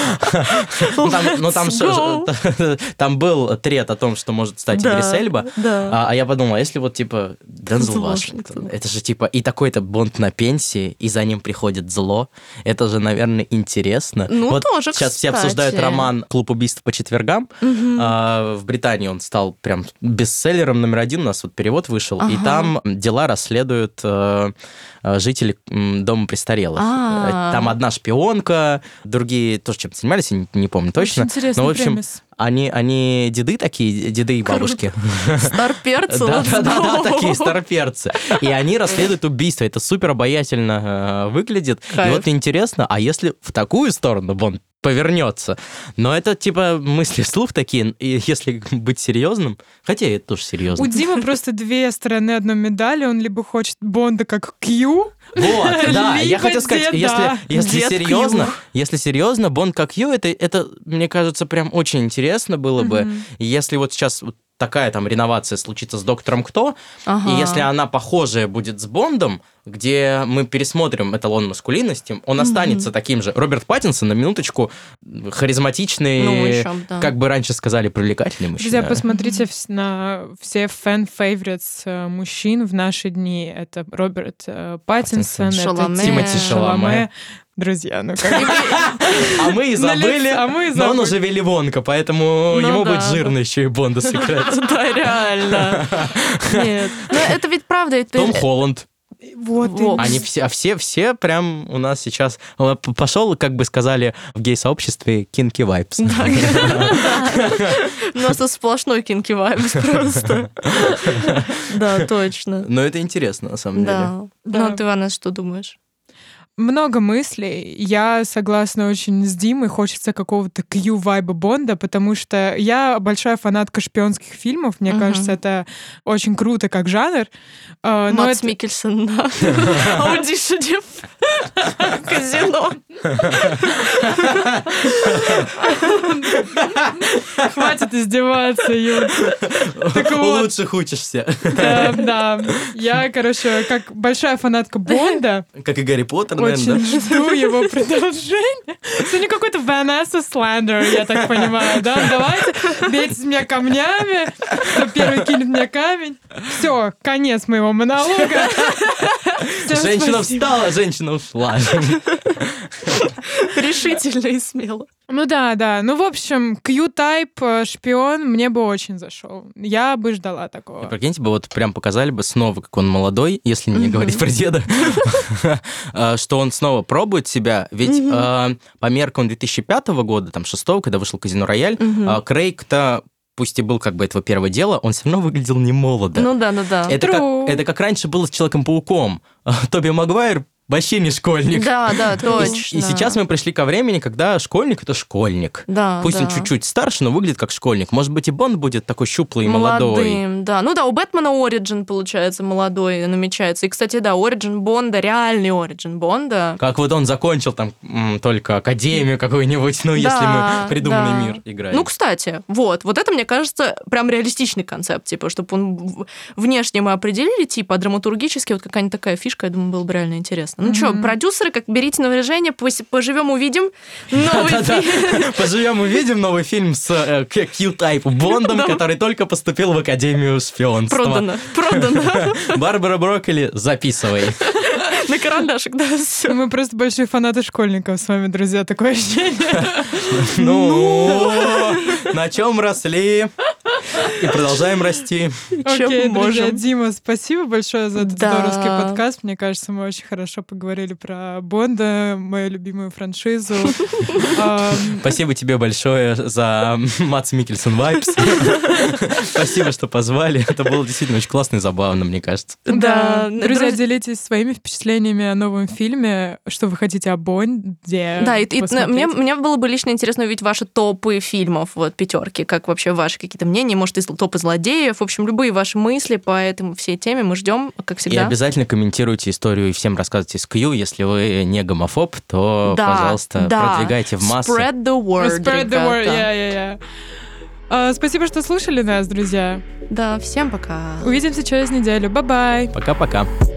ну там, там, там был тред о том, что может стать да, Идрис Эльба, да. а, а я подумала, если вот типа Дензел Вашингтон, это же типа и такой-то Бонд на пенсии, и за ним приходит зло, это же, наверное, интересно. Ну вот тоже, сейчас кстати. Все обсуждают роман «Клуб убийств по четвергам», угу. а, в Британии он стал прям бестселлером номер один, у нас вот перевод вышел. Ага. И там дела расследуют э, жители дома престарелых. А-а-а. Там одна шпионка, другие тоже чем-то занимались, я не, не помню точно. Очень интересный но, в общем, премис. Они, они деды такие, деды и бабушки. Старперцы. Да-да-да, такие старперцы. И они расследуют убийство. Это супер обаятельно выглядит. И вот интересно, а если в такую сторону Бонд повернется. Но это типа мысли вслух такие, и если быть серьезным, хотя это тоже серьезно. У Димы просто две стороны одной медали. Он либо хочет Бонда как Кью, вот, да, я хотел сказать, если, если серьезно, если серьезно, Бонд как Кью, это, это, мне кажется, прям очень интересно было бы. Mm-hmm. Если вот сейчас такая там реновация случится с Доктором Кто, ага. и если она похожая будет с Бондом, где мы пересмотрим эталон маскулинности, он mm-hmm. останется таким же. Роберт Паттинсон, на минуточку, харизматичный, ну, еще, да. как бы раньше сказали, привлекательный мужчина. Друзья, посмотрите на все фэн-фейвритс мужчин в наши дни. Это Роберт Паттинсон, Шаломе. это Тимоти Шаломе. Друзья, ну как... А мы и забыли, а мы и забыли. Но он уже Вилли Вонка, поэтому ну, ему да, будет жирно да. еще и Бонда сыграть. Да, реально. Нет. Но это ведь правда. Том Холланд. Вот. Они все, а все, все прям у нас сейчас пошел, как бы сказали в гей-сообществе, кинки вайбс. У нас тут сплошной кинки вайбс просто. Да, точно. Но это интересно, на самом деле. Да. Ну, ты, Анна, что думаешь? Много мыслей. Я согласна очень с Димой. Хочется какого-то Q-вайба Бонда, потому что я большая фанатка шпионских фильмов. Мне uh-huh. кажется, это очень круто как жанр. Мадс это... Миккельсен на аудишене в казино. Хватит издеваться, Юль. Лучше учишься. Да, да. Я, короче, как большая фанатка Бонда. Как и Гарри Поттер, очень наверное, да? жду его продолжение. Сегодня какой-то Ванесса Слендер, я так понимаю, да? Давайте, бейте меня камнями, кто первый кинет мне камень. Все, конец моего монолога. Всем женщина спасибо. Встала, женщина ушла. Решительно и смело. Ну да, да. Ну, в общем, Q-type шпион мне бы очень зашел. Я бы ждала такого. Прикиньте бы, вот прям показали бы снова, как он молодой, если не говорить про деда, что он снова пробует себя. Ведь по меркам две тысячи пятого года, там, шестого, когда вышел «Казино Рояль», Крейг-то, пусть и был как бы этого первого дела, он все равно выглядел не молодо. Ну да, ну да. Это как, это как раньше было с Человеком-пауком. Тоби Магуайр вообще не школьник. Да, да, точно. И, и сейчас мы пришли ко времени, когда школьник — это школьник. Да, Пусть да. он чуть-чуть старше, но выглядит как школьник. Может быть, и Бонд будет такой щуплый и молодой. Молодым, да. Ну да, у Бэтмена Ориджин, получается, молодой намечается. И, кстати, да, Ориджин Бонда, реальный Ориджин Бонда. Как вот он закончил там м, только академию какую-нибудь, ну, да, если мы придуманный да. мир играем. Ну, кстати, вот. Вот это, мне кажется, прям реалистичный концепт, типа, чтобы он внешне мы определили, типа, а драматургически вот какая-нибудь такая фишка, я думаю, было бы реально интересно. Ну mm-hmm. что, продюсер как берите на выражение, поживем, увидим. Новый фильм. Поживем, увидим новый фильм с Q-type Бондом, который только поступил в Академию шпионства. Продано, продано. Барбара Брокколи, записывай. На карандашик, да, все. Мы просто большие фанаты школьников с вами, друзья, такое ощущение. Ну, на чем росли и продолжаем расти. Окей, друзья, Дима, спасибо большое за этот здоровский подкаст. Мне кажется, мы очень хорошо поговорили про Бонда, мою любимую франшизу. Спасибо тебе большое за Мадс Миккельсен Вайбс. Спасибо, что позвали. Это было действительно очень классно и забавно, мне кажется. Да. Друзья, делитесь своими впечатлениями о новом фильме, что вы хотите о Бонде. Да, и, и мне, мне было бы лично интересно увидеть ваши топы фильмов, вот, пятерки, как вообще ваши какие-то мнения, может, из топы злодеев, в общем, любые ваши мысли по этому всей теме мы ждем, как всегда. И обязательно комментируйте историю и всем рассказывайте с Q. Если вы не гомофоб, то, да, пожалуйста, да. продвигайте в массы. Spread the word, Spread the word, yeah, yeah, yeah. Uh, спасибо, что слушали нас, друзья. Да, всем пока. Увидимся через неделю. Бай-бай. Пока-пока.